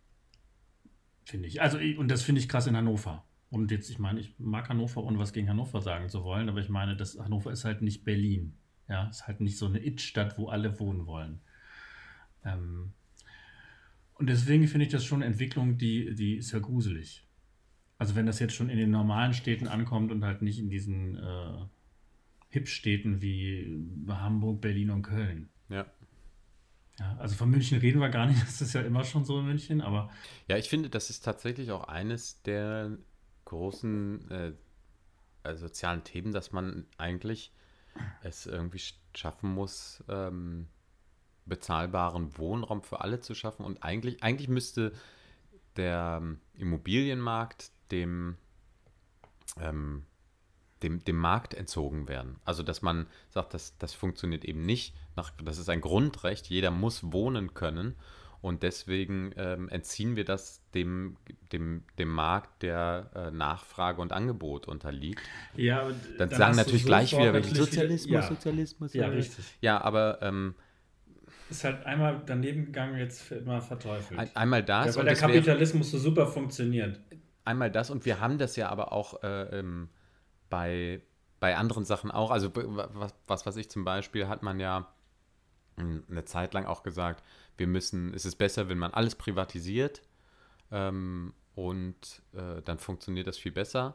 S1: Finde ich. Also, ich- und das finde ich krass in Hannover. Und jetzt, ich meine, ich mag Hannover, ohne was gegen Hannover sagen zu wollen, aber ich meine, das, Hannover ist halt nicht Berlin. Ja, ist halt nicht so eine It-Stadt, wo alle wohnen wollen. Ähm, und deswegen finde ich das schon eine Entwicklung, die, die ist ja gruselig. Also wenn das jetzt schon in den normalen Städten ankommt und halt nicht in diesen äh, Hip-Städten wie Hamburg, Berlin und Köln.
S2: Ja.
S1: Ja, also von München reden wir gar nicht, das ist ja immer schon so in München, aber
S2: Ja, ich finde, das ist tatsächlich auch eines der großen äh, äh, sozialen Themen, dass man eigentlich es irgendwie sch- schaffen muss, ähm, bezahlbaren Wohnraum für alle zu schaffen. Und eigentlich, eigentlich müsste der ähm, Immobilienmarkt dem, ähm, dem, dem Markt entzogen werden. Also, dass man sagt, das, das funktioniert eben nicht. Nach, das ist ein Grundrecht, jeder muss wohnen können. Und deswegen ähm, entziehen wir das dem, dem, dem Markt, der äh, Nachfrage und Angebot unterliegt.
S1: ja, aber
S2: Dann
S1: dann
S2: sagen
S1: hast du
S2: natürlich gleich
S1: sofort
S2: wieder welche
S1: natürlich wieder,
S2: Sozialismus,
S1: ja,
S2: Sozialismus.
S1: ja,
S2: äh.
S1: richtig.
S2: Ja, aber ähm,
S1: Ist halt einmal daneben gegangen, jetzt für immer
S2: ein,
S1: verteufelt.
S2: einmal
S1: Ja,
S2: das
S1: weil
S2: und
S1: der
S2: es wäre
S1: Kapitalismus so super funktioniert.
S2: einmal das und wir haben das ja aber auch äh, ähm, bei, bei anderen Sachen auch. Also b- was, was weiß ich zum Beispiel, hat man ja mh, eine Zeit lang auch gesagt, wir müssen, es ist besser, wenn man alles privatisiert ähm, und äh, dann funktioniert das viel besser.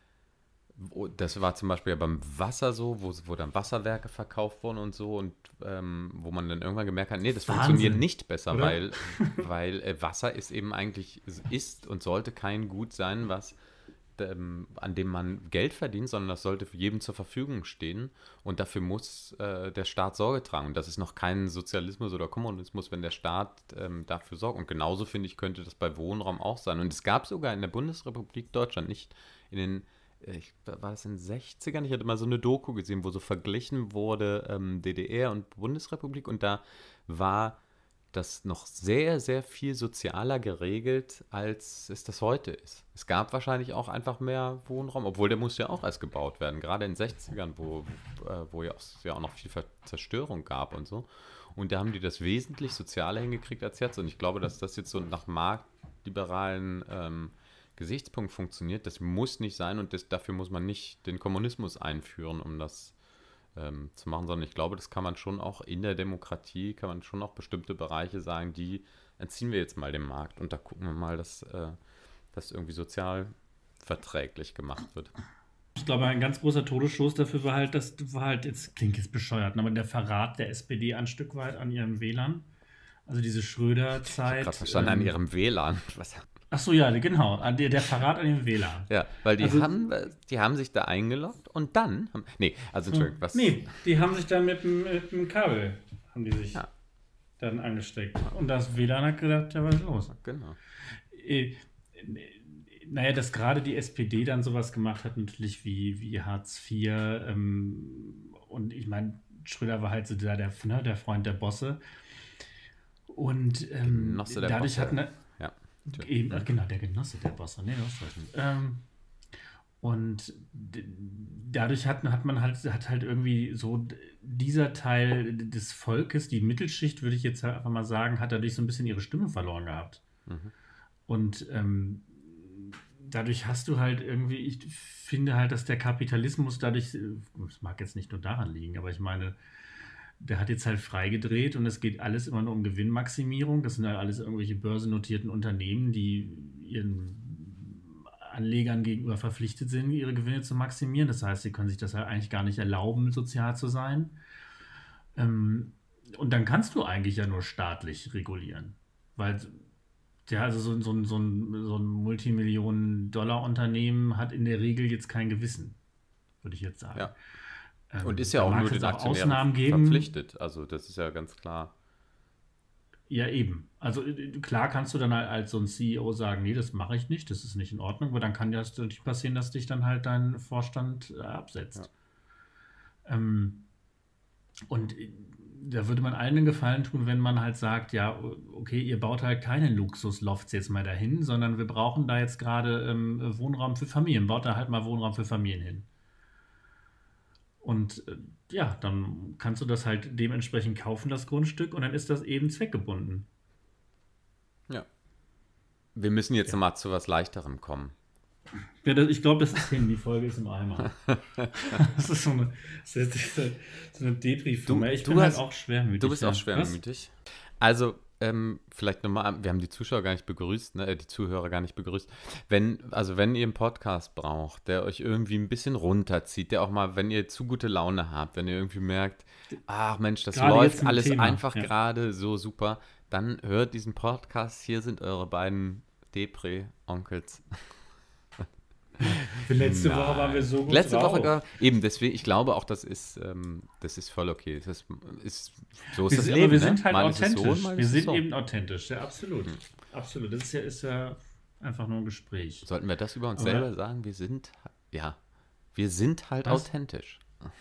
S2: Wo- Das war zum Beispiel ja beim Wasser so, wo, wo dann Wasserwerke verkauft wurden und so und ähm, wo man dann irgendwann gemerkt hat, nee, das funktioniert
S1: Wahnsinn,
S2: nicht besser,
S1: oder?
S2: weil, weil äh, Wasser ist eben eigentlich, ist und sollte kein Gut sein, was ähm, an dem man Geld verdient, sondern das sollte für jedem zur Verfügung stehen und dafür muss äh, der Staat Sorge tragen. Und das ist noch kein Sozialismus oder Kommunismus, wenn der Staat ähm, dafür sorgt. Und genauso, finde ich, könnte das bei Wohnraum auch sein. Und es gab sogar in der Bundesrepublik Deutschland, nicht in den, äh, ich, war das in den sechzigern? Ich hatte mal so eine Doku gesehen, wo so verglichen wurde ähm, D D R und Bundesrepublik und da war das noch sehr, sehr viel sozialer geregelt, als es das heute ist. Es gab wahrscheinlich auch einfach mehr Wohnraum, obwohl der muss ja auch erst gebaut werden, gerade in den sechzigern, wo, äh, wo ja auch, ja auch noch viel Ver- Zerstörung gab und so. Und da haben die das wesentlich sozialer hingekriegt als jetzt. Und ich glaube, dass das jetzt so nach marktliberalen ähm, Gesichtspunkt funktioniert. Das muss nicht sein und das, dafür muss man nicht den Kommunismus einführen, um das ähm, zu machen, sondern ich glaube, das kann man schon auch in der Demokratie, kann man schon auch bestimmte Bereiche sagen, die entziehen wir jetzt mal dem Markt und da gucken wir mal, dass äh, das irgendwie sozial verträglich gemacht wird.
S1: Ich glaube, ein ganz großer Todesstoß dafür war halt, das war halt, jetzt klingt jetzt bescheuert, aber der Verrat der S P D ein Stück weit an ihrem W L A N. Also diese
S2: Ich habe gerade
S1: Schröder-Zeit.
S2: verstanden, an
S1: Ähm,
S2: ihrem W L A N. Was?
S1: ach so, ja, genau, an der, der Verrat an dem W L A N.
S2: Ja, weil die
S1: Also,
S2: haben, äh, die haben sich da eingeloggt und dann, haben, nee, also Entschuldigung, was?
S1: nee, die haben sich dann mit dem, mit dem Kabel, haben die sich
S2: Ja,
S1: dann angesteckt. Und das W L A N hat gedacht, ja, was ist los?
S2: genau.
S1: Äh, naja, dass gerade die S P D dann sowas gemacht hat, natürlich wie, wie Hartz vier. Ähm, und ich meine, Schröder war halt so der, der, ne, der Freund der Bosse. Und ähm,
S2: Genosse der
S1: dadurch hat
S2: Bosse.
S1: eine,
S2: Ja,
S1: eben, ach, genau, der Genosse der Bosse. Nee, das recht. Ähm, und d- dadurch hat, hat man halt, hat halt irgendwie so d- dieser Teil des Volkes, die Mittelschicht, würde ich jetzt halt einfach mal sagen, hat dadurch so ein bisschen ihre Stimme verloren gehabt.
S2: mhm.
S1: Und ähm, dadurch hast du halt irgendwie, ich finde halt, dass der Kapitalismus dadurch, es mag jetzt nicht nur daran liegen, aber ich meine, der hat jetzt halt freigedreht und es geht alles immer nur um Gewinnmaximierung. Das sind halt alles irgendwelche börsennotierten Unternehmen, die ihren Anlegern gegenüber verpflichtet sind, ihre Gewinne zu maximieren. Das heißt, sie können sich das halt eigentlich gar nicht erlauben, sozial zu sein. Ähm, und dann kannst du eigentlich ja nur staatlich regulieren. Weil ja, also so, so, ein- so ein, so ein Multimillionen-Dollar-Unternehmen hat in der Regel jetzt kein Gewissen, würde ich jetzt sagen.
S2: Ja. Und
S1: Ähm,
S2: ist ja
S1: da
S2: auch
S1: mag
S2: nur
S1: es
S2: den
S1: jetzt auch
S2: Aktionären
S1: Ausnahmen geben.
S2: verpflichtet. Also das ist ja ganz klar.
S1: Ja, eben. Also äh, klar kannst du dann halt als so ein C E O sagen, nee, das mache ich nicht, das ist nicht in Ordnung, aber dann kann ja es natürlich passieren, dass dich dann halt dein Vorstand äh,
S2: Ja.
S1: absetzt. Ähm, und äh, da würde man allen einen Gefallen tun, wenn man halt sagt, ja, okay, ihr baut halt keine Luxuslofts jetzt mal dahin, sondern wir brauchen da jetzt gerade ähm, Wohnraum für Familien. Baut da halt mal Wohnraum für Familien hin. Und äh, ja, dann kannst du das halt dementsprechend kaufen, das Grundstück, und dann ist das eben zweckgebunden.
S2: Ja. Wir müssen jetzt
S1: Ja.
S2: mal zu was Leichterem kommen.
S1: Ja, das, ich glaube, das ist hin. Die Folge ist im Eimer. Das ist so eine, das ist so eine Depri für
S2: Du,
S1: mich. Ich
S2: du
S1: bin halt
S2: hast,
S1: auch schwermütig.
S2: du bist
S1: ja.
S2: auch
S1: Was?
S2: schwermütig. Also, ähm, vielleicht nochmal, wir haben die Zuschauer gar nicht begrüßt, ne, äh, die Zuhörer gar nicht begrüßt. Wenn, also wenn ihr einen Podcast braucht, der euch irgendwie ein bisschen runterzieht, der auch mal, wenn ihr zu gute Laune habt, wenn ihr irgendwie merkt, ach Mensch, das
S1: Gerade jetzt
S2: läuft
S1: im
S2: alles
S1: Thema.
S2: einfach
S1: Ja.
S2: gerade so super, dann hört diesen Podcast. Hier sind eure beiden Depre-Onkels.
S1: Für letzte Woche waren wir
S2: Nein.
S1: so gut
S2: Letzte
S1: drauf.
S2: Woche gar, eben, deswegen, ich glaube auch, das ist, ähm, das ist voll okay. Das ist, so ist
S1: Wir,
S2: das
S1: sind-
S2: Leben,
S1: aber wir
S2: ne?
S1: sind halt
S2: Mal ist es so und
S1: authentisch.
S2: mal
S1: Wir
S2: ist es
S1: sind
S2: so.
S1: eben authentisch. Ja, absolut. Absolut. Das ist ja, ist ja einfach nur ein Gespräch.
S2: Sollten wir das über uns
S1: Aber-
S2: selber sagen? Wir sind, ja, wir sind halt
S1: Was?
S2: authentisch.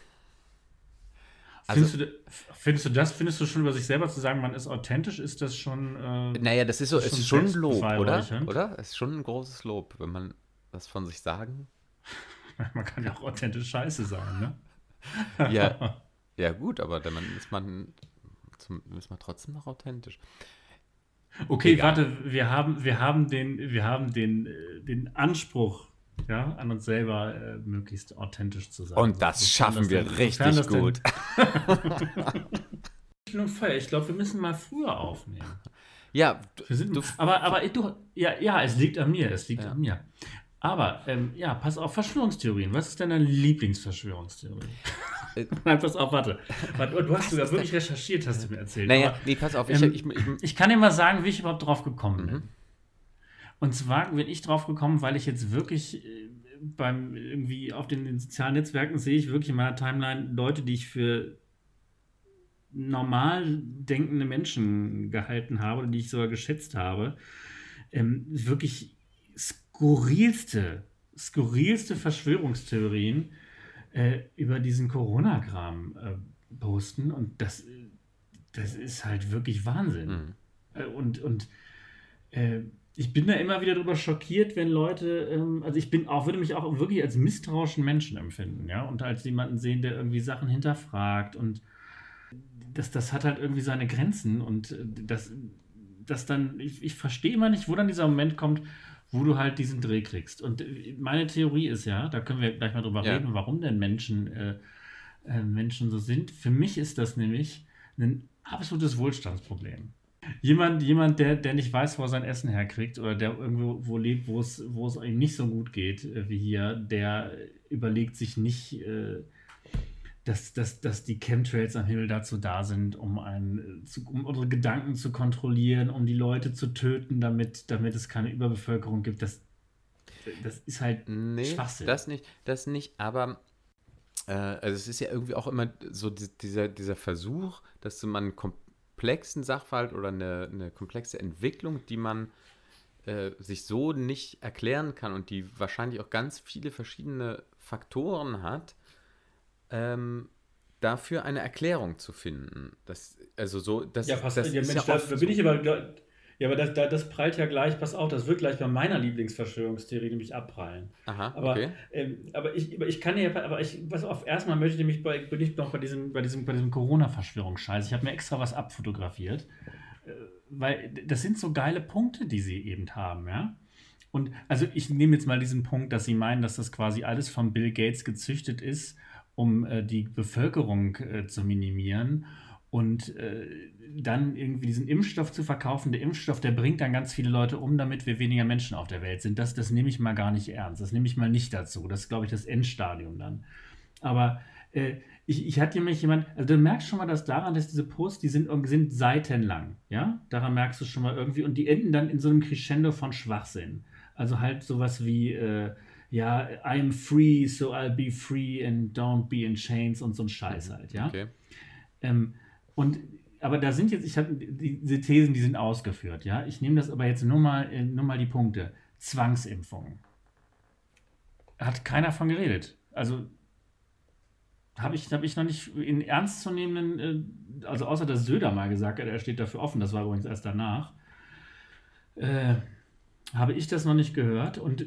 S2: Also,
S1: Findest, du, findest du das, findest du schon über sich selber zu sagen, man ist authentisch, ist das schon. Äh,
S2: naja, das ist so,
S1: das
S2: es
S1: ist
S2: ist
S1: schon
S2: schon ein Lob, oder?
S1: selbstbeweihräuchernd.
S2: Oder? Es ist schon ein großes Lob, wenn man das von sich sagen.
S1: Man kann ja auch authentisch scheiße sein, ne?
S2: Ja, ja gut, aber dann ist man, zum, ist man trotzdem noch authentisch.
S1: Okay,
S2: Egal.
S1: warte, wir haben, wir haben den, wir haben den, äh, den Anspruch, ja, an uns selber äh, möglichst authentisch zu sein.
S2: Und das
S1: Sofern
S2: schaffen wir
S1: denn- sofern
S2: richtig
S1: das denn-
S2: gut.
S1: Spiel und Feuer. Ich glaube, wir müssen mal früher aufnehmen.
S2: Ja,
S1: Wir sind,
S2: du,
S1: aber, aber du, ja, ja, es liegt an mir, es liegt
S2: Ja.
S1: an mir. Aber, ähm, ja, pass auf, Verschwörungstheorien. Was ist denn deine Lieblingsverschwörungstheorie?
S2: Äh,
S1: Nein, pass auf, warte. warte du hast sogar wirklich recherchiert, hast du mir erzählt.
S2: naja,
S1: Aber,
S2: nee, pass auf, ich,
S1: ähm,
S2: ich, ich,
S1: ich kann dir mal sagen, wie ich überhaupt drauf gekommen bin.
S2: Mhm.
S1: Und zwar bin ich drauf gekommen, weil ich jetzt wirklich äh, beim irgendwie auf den, den sozialen Netzwerken sehe ich wirklich in meiner Timeline Leute, die ich für normal denkende Menschen gehalten habe oder die ich sogar geschätzt habe, ähm, wirklich skurrilste, skurrilste Verschwörungstheorien äh, über diesen Corona-Kram äh, posten, und das, äh, das ist halt wirklich Wahnsinn.
S2: Mhm.
S1: Äh, und und äh, ich bin da immer wieder drüber schockiert, wenn Leute, ähm, also ich bin auch, würde mich auch wirklich als misstrauischen Menschen empfinden, ja, und als jemanden sehen, der irgendwie Sachen hinterfragt, und das, das hat halt irgendwie seine Grenzen, und äh, das, das dann, ich, ich verstehe immer nicht, wo dann dieser Moment kommt, wo du halt diesen Dreh kriegst. Und äh, meine Theorie ist ja, da können wir gleich mal drüber
S2: Ja.
S1: reden, warum denn Menschen, äh, äh, Menschen so sind. Für mich ist das nämlich ein absolutes Wohlstandsproblem. Jemand, jemand der, der nicht weiß, wo er sein Essen herkriegt, oder der irgendwo wo lebt, wo es, wo es ihm nicht so gut geht äh, wie hier, der überlegt sich nicht, äh, dass, dass, dass die Chemtrails am Himmel dazu da sind, um, ein, äh, zu, um unsere Gedanken zu kontrollieren, um die Leute zu töten, damit, damit es keine Überbevölkerung gibt. Das, das ist halt
S2: Nee,
S1: Schwachsinn.
S2: das nicht, das nicht, aber äh, also es ist ja irgendwie auch immer so die, dieser, dieser Versuch, dass du mal einen komplexen Sachverhalt oder eine, eine komplexe Entwicklung, die man äh, sich so nicht erklären kann und die wahrscheinlich auch ganz viele verschiedene Faktoren hat, ähm, dafür eine Erklärung zu finden. Das, also so, das,
S1: Ja, pass,
S2: das
S1: ja,
S2: ist
S1: Mensch,
S2: ja
S1: da,
S2: oft
S1: da
S2: so.
S1: bin ich aber. gl- Ja, aber das, da- das prallt ja gleich, pass auf, das wird gleich bei meiner Lieblingsverschwörungstheorie nämlich abprallen.
S2: Aha,
S1: Aber,
S2: okay.
S1: ähm, aber, ich, aber ich kann ja, aber ich, pass auf, erstmal möchte ich mich bei, bin ich noch bei diesem, bei diesem, bei diesem Corona-Verschwörungsscheiß. Ich habe mir extra was abfotografiert, äh, weil das sind so geile Punkte, die sie eben haben, ja. Und also ich nehme jetzt mal diesen Punkt, dass sie meinen, dass das quasi alles von Bill Gates gezüchtet ist, um äh, die Bevölkerung äh, zu minimieren. Und äh, dann irgendwie diesen Impfstoff zu verkaufen. Der Impfstoff, der bringt dann ganz viele Leute um, damit wir weniger Menschen auf der Welt sind. Das, das nehme ich mal gar nicht ernst. Das nehme ich mal nicht dazu. Das ist, glaube ich, das Endstadium dann. Aber Äh, ich, ich hatte nämlich jemand, also du merkst schon mal das daran, dass diese Posts, die sind, sind seitenlang, ja? Daran merkst du schon mal irgendwie und die enden dann in so einem Crescendo von Schwachsinn. Also halt sowas wie, äh, ja, I'm free, so I'll be free and don't be in chains und so ein Scheiß halt, ja?
S2: Okay.
S1: Ähm, und aber da sind jetzt, ich habe diese Thesen, die sind ausgeführt, ja. Ich nehme das aber jetzt nur mal, äh, nur mal die Punkte. Zwangsimpfungen. Hat keiner von geredet. Also habe ich, hab ich noch nicht in ernstzunehmenden, äh, also außer dass Söder mal gesagt hat, er steht dafür offen, das war übrigens erst danach, äh, habe ich das noch nicht gehört. Und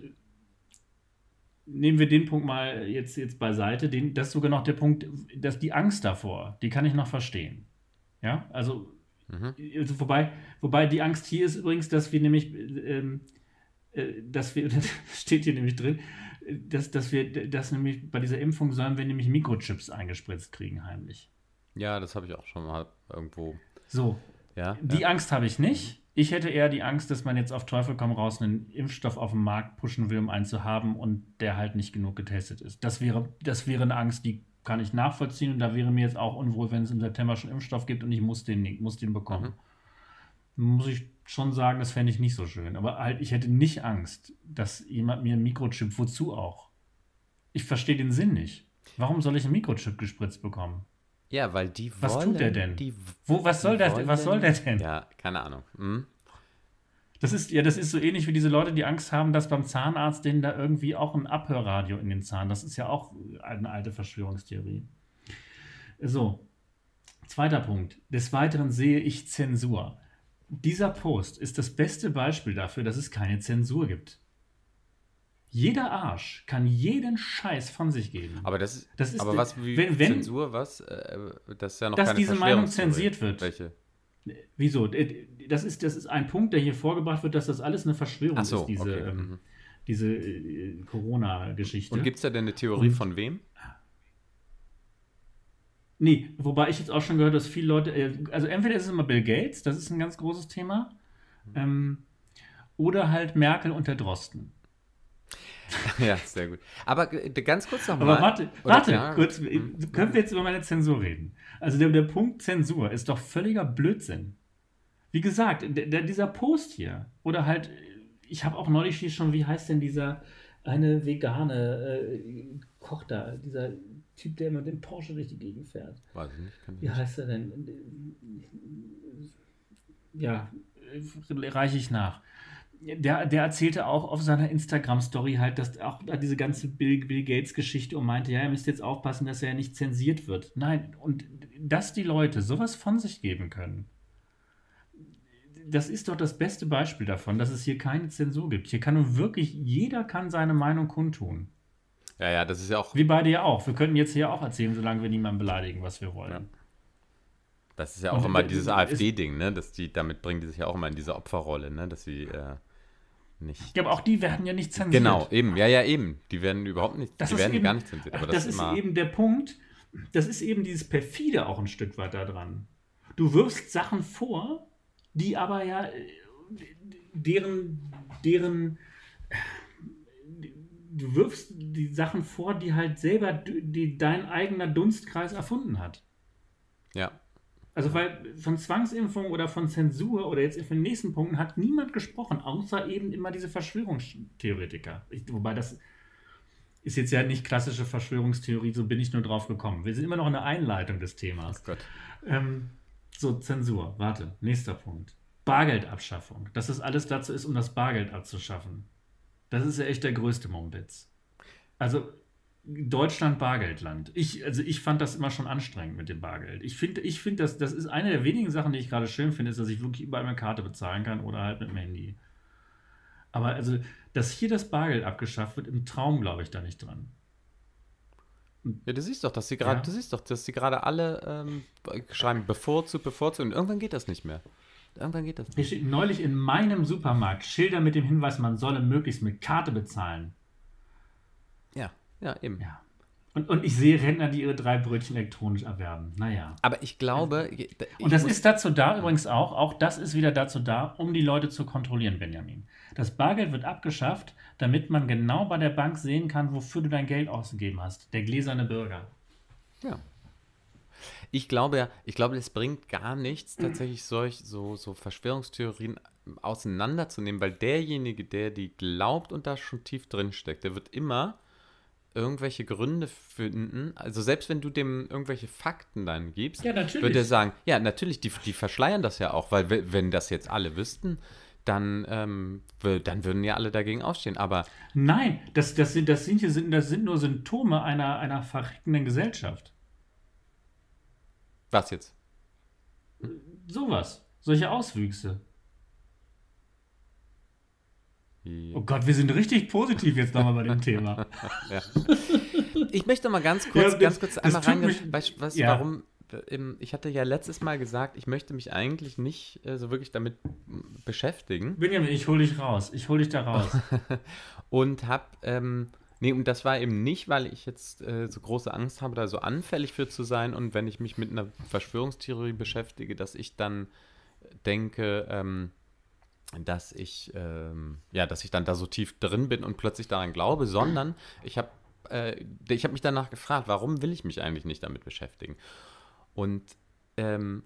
S1: nehmen wir den Punkt mal jetzt, jetzt beiseite, den, das ist sogar noch der Punkt, dass die Angst davor, die kann ich noch verstehen. Ja, also,
S2: Mhm.
S1: also wobei, wobei die Angst hier ist übrigens, dass wir nämlich, ähm, äh, dass wir, das steht hier nämlich drin, dass, dass wir, dass nämlich bei dieser Impfung sollen wir nämlich Mikrochips eingespritzt kriegen, heimlich.
S2: Ja, das habe ich auch schon mal irgendwo.
S1: So,
S2: Ja,
S1: die
S2: ja.
S1: Angst habe ich nicht. Ich hätte eher die Angst, dass man jetzt auf Teufel komm raus einen Impfstoff auf den Markt pushen will, um einen zu haben und der halt nicht genug getestet ist. Das wäre, das wäre eine Angst, die kann ich nachvollziehen und da wäre mir jetzt auch unwohl, wenn es im September schon Impfstoff gibt und ich muss den, nicht- muss den bekommen. Muss ich schon sagen, das fände ich nicht so schön. Aber halt, ich hätte nicht Angst, dass jemand mir einen Mikrochip, wozu auch? Ich verstehe den Sinn nicht. Warum soll ich einen Mikrochip gespritzt bekommen?
S2: Ja, weil die
S1: Was
S2: wollen.
S1: tut der denn?
S2: Die,
S1: Wo, was soll
S2: die
S1: der,
S2: wollen,
S1: was soll der denn?
S2: Ja, keine Ahnung. Mhm.
S1: Das ist, ja, das ist so ähnlich wie diese Leute, die Angst haben, dass beim Zahnarzt denen da irgendwie auch ein Abhörradio in den Zahn. Das ist ja auch eine alte Verschwörungstheorie. So, zweiter Punkt. Des Weiteren sehe ich Zensur. Dieser Post ist das beste Beispiel dafür, dass es keine Zensur gibt. Jeder Arsch kann jeden Scheiß von sich geben.
S2: Aber das ist,
S1: Das ist
S2: aber
S1: de-
S2: was, wie
S1: wenn- wenn-
S2: Zensur, was? Äh, das ist ja noch
S1: Dass
S2: keine
S1: diese Meinung
S2: Verschwörungstheorie.
S1: zensiert wird.
S2: Welche?
S1: Wieso? Das ist, das ist ein Punkt, der hier vorgebracht wird, dass das alles eine Verschwörung
S2: Ach so,
S1: ist, diese,
S2: okay.
S1: ähm,
S2: Mhm.
S1: diese äh, Corona-Geschichte.
S2: Und gibt es da denn eine Theorie
S1: Und-
S2: von wem?
S1: Nee, wobei ich jetzt auch schon gehört habe, dass viele Leute, äh, also entweder ist es immer Bill Gates, das ist ein ganz großes Thema, ähm, oder halt Merkel und der Drosten.
S2: Ja, sehr gut. Aber äh, ganz kurz nochmal.
S1: Aber warte,
S2: Oder-
S1: warte,
S2: ja,
S1: kurz,
S2: mhm.
S1: können wir jetzt über meine Zensur reden? Also der, der Punkt Zensur ist doch völliger Blödsinn. Wie gesagt, der, der, dieser Post hier, oder halt, ich habe auch neulich hier schon, wie heißt denn dieser eine vegane äh, Koch da, dieser Typ, der immer mit dem Porsche durch die Gegend fährt.
S2: Weiß ich nicht. Kann ich
S1: Wie
S2: nicht.
S1: heißt er denn? Ja, äh, reiche ich nach. Der, der erzählte auch auf seiner Instagram-Story halt, dass auch diese ganze Bill, Bill Gates-Geschichte und meinte, ja, ihr müsst jetzt aufpassen, dass er nicht zensiert wird. Nein, und dass die Leute sowas von sich geben können, das ist doch das beste Beispiel davon, dass es hier keine Zensur gibt. Hier kann nun wirklich, jeder kann seine Meinung kundtun.
S2: Ja, ja, das ist ja auch.
S1: Wir beide ja auch. Wir könnten jetzt hier auch erzählen, solange wir niemanden beleidigen, was wir wollen.
S2: Ja. Das ist ja auch
S1: Und,
S2: immer
S1: äh,
S2: dieses
S1: ist-
S2: AfD-Ding, ne? Dass die, damit bringen die sich ja auch immer in diese Opferrolle, ne? Dass sie äh, nicht.
S1: Ja, aber auch die werden ja nicht zensiert.
S2: Genau, eben, ja, ja, eben. Die werden überhaupt nicht,
S1: Das
S2: die
S1: ist
S2: werden
S1: eben,
S2: gar nicht zensiert. Aber das,
S1: das ist
S2: immer.
S1: eben der Punkt, das ist eben dieses Perfide auch ein Stück weit da dran. Du wirfst Sachen vor, die aber ja, äh, deren, deren, du wirfst die Sachen vor, die halt selber, die dein eigener Dunstkreis erfunden hat.
S2: Ja.
S1: Also weil von Zwangsimpfung oder von Zensur oder jetzt in den nächsten Punkten hat niemand gesprochen, außer eben immer diese Verschwörungstheoretiker. Ich, wobei das ist jetzt ja nicht klassische Verschwörungstheorie, so bin ich nur drauf gekommen. Wir sind immer noch in der Einleitung des Themas.
S2: Oh Gott.
S1: Ähm, so, Zensur. Warte, nächster Punkt. Bargeldabschaffung. Dass das alles dazu ist, um das Bargeld abzuschaffen. Das ist ja echt der größte Mumpitz. Also Deutschland Bargeldland. Ich, also ich fand das immer schon anstrengend mit dem Bargeld. Ich finde, ich find, das, das ist eine der wenigen Sachen, die ich gerade schön finde, ist, dass ich wirklich überall mit Karte bezahlen kann oder halt mit dem Handy. Aber also, dass hier das Bargeld abgeschafft wird, im Traum glaube ich da nicht dran.
S2: Ja, du siehst doch, dass sie gerade,
S1: Ja.
S2: du siehst doch, dass sie gerade alle ähm, schreiben, bevorzugt, bevorzugt. Und irgendwann geht das nicht mehr. Irgendwann geht das
S1: Hier
S2: nicht.
S1: steht neulich in meinem Supermarkt Schilder mit dem Hinweis, man solle möglichst mit Karte bezahlen.
S2: Ja, ja, eben.
S1: Ja. Und, und ich sehe Rentner, die ihre drei Brötchen elektronisch erwerben. Naja.
S2: Aber ich glaube, ich
S1: Und das
S2: muss-
S1: ist dazu da, übrigens auch, auch das ist wieder dazu da, um die Leute zu kontrollieren, Benjamin. Das Bargeld wird abgeschafft, damit man genau bei der Bank sehen kann, wofür du dein Geld ausgegeben hast. Der gläserne Bürger.
S2: Ja. Ich glaube ja, ich glaube, es bringt gar nichts, tatsächlich solch, so, so Verschwörungstheorien auseinanderzunehmen, weil derjenige, der die glaubt und da schon tief drin steckt, der wird immer irgendwelche Gründe finden, also selbst wenn du dem irgendwelche Fakten dann gibst,
S1: Ja, natürlich.
S2: wird er sagen, ja, natürlich, die, die verschleiern das ja auch, weil we- wenn das jetzt alle wüssten, dann, ähm, wür- dann würden ja alle dagegen aufstehen, aber
S1: Nein, das, das, sind, das, sind, hier- sind, das sind nur Symptome einer, einer verreckenden Gesellschaft.
S2: was jetzt?
S1: Sowas. Solche Auswüchse.
S2: Die-
S1: Oh Gott, wir sind richtig positiv jetzt nochmal bei dem Thema.
S2: Ja. Ich möchte mal ganz kurz,
S1: Ja, das-
S2: ganz kurz
S1: das
S2: einmal
S1: tut
S2: reingehen.
S1: mich-
S2: Weißt du, was,
S1: ja.
S2: warum? ähm, Ich hatte ja letztes Mal gesagt, ich möchte mich eigentlich nicht äh, so wirklich damit m, beschäftigen.
S1: Benjamin, ich hol dich raus. Ich hol dich da raus.
S2: Und hab, ähm, nee, und das war eben nicht, weil ich jetzt äh, so große Angst habe, da so anfällig für zu sein und wenn ich mich mit einer Verschwörungstheorie beschäftige, dass ich dann denke, ähm, dass ich, ähm, ja, dass ich dann da so tief drin bin und plötzlich daran glaube, sondern ich habe äh, ich habe mich danach gefragt, warum will ich mich eigentlich nicht damit beschäftigen? Und ähm,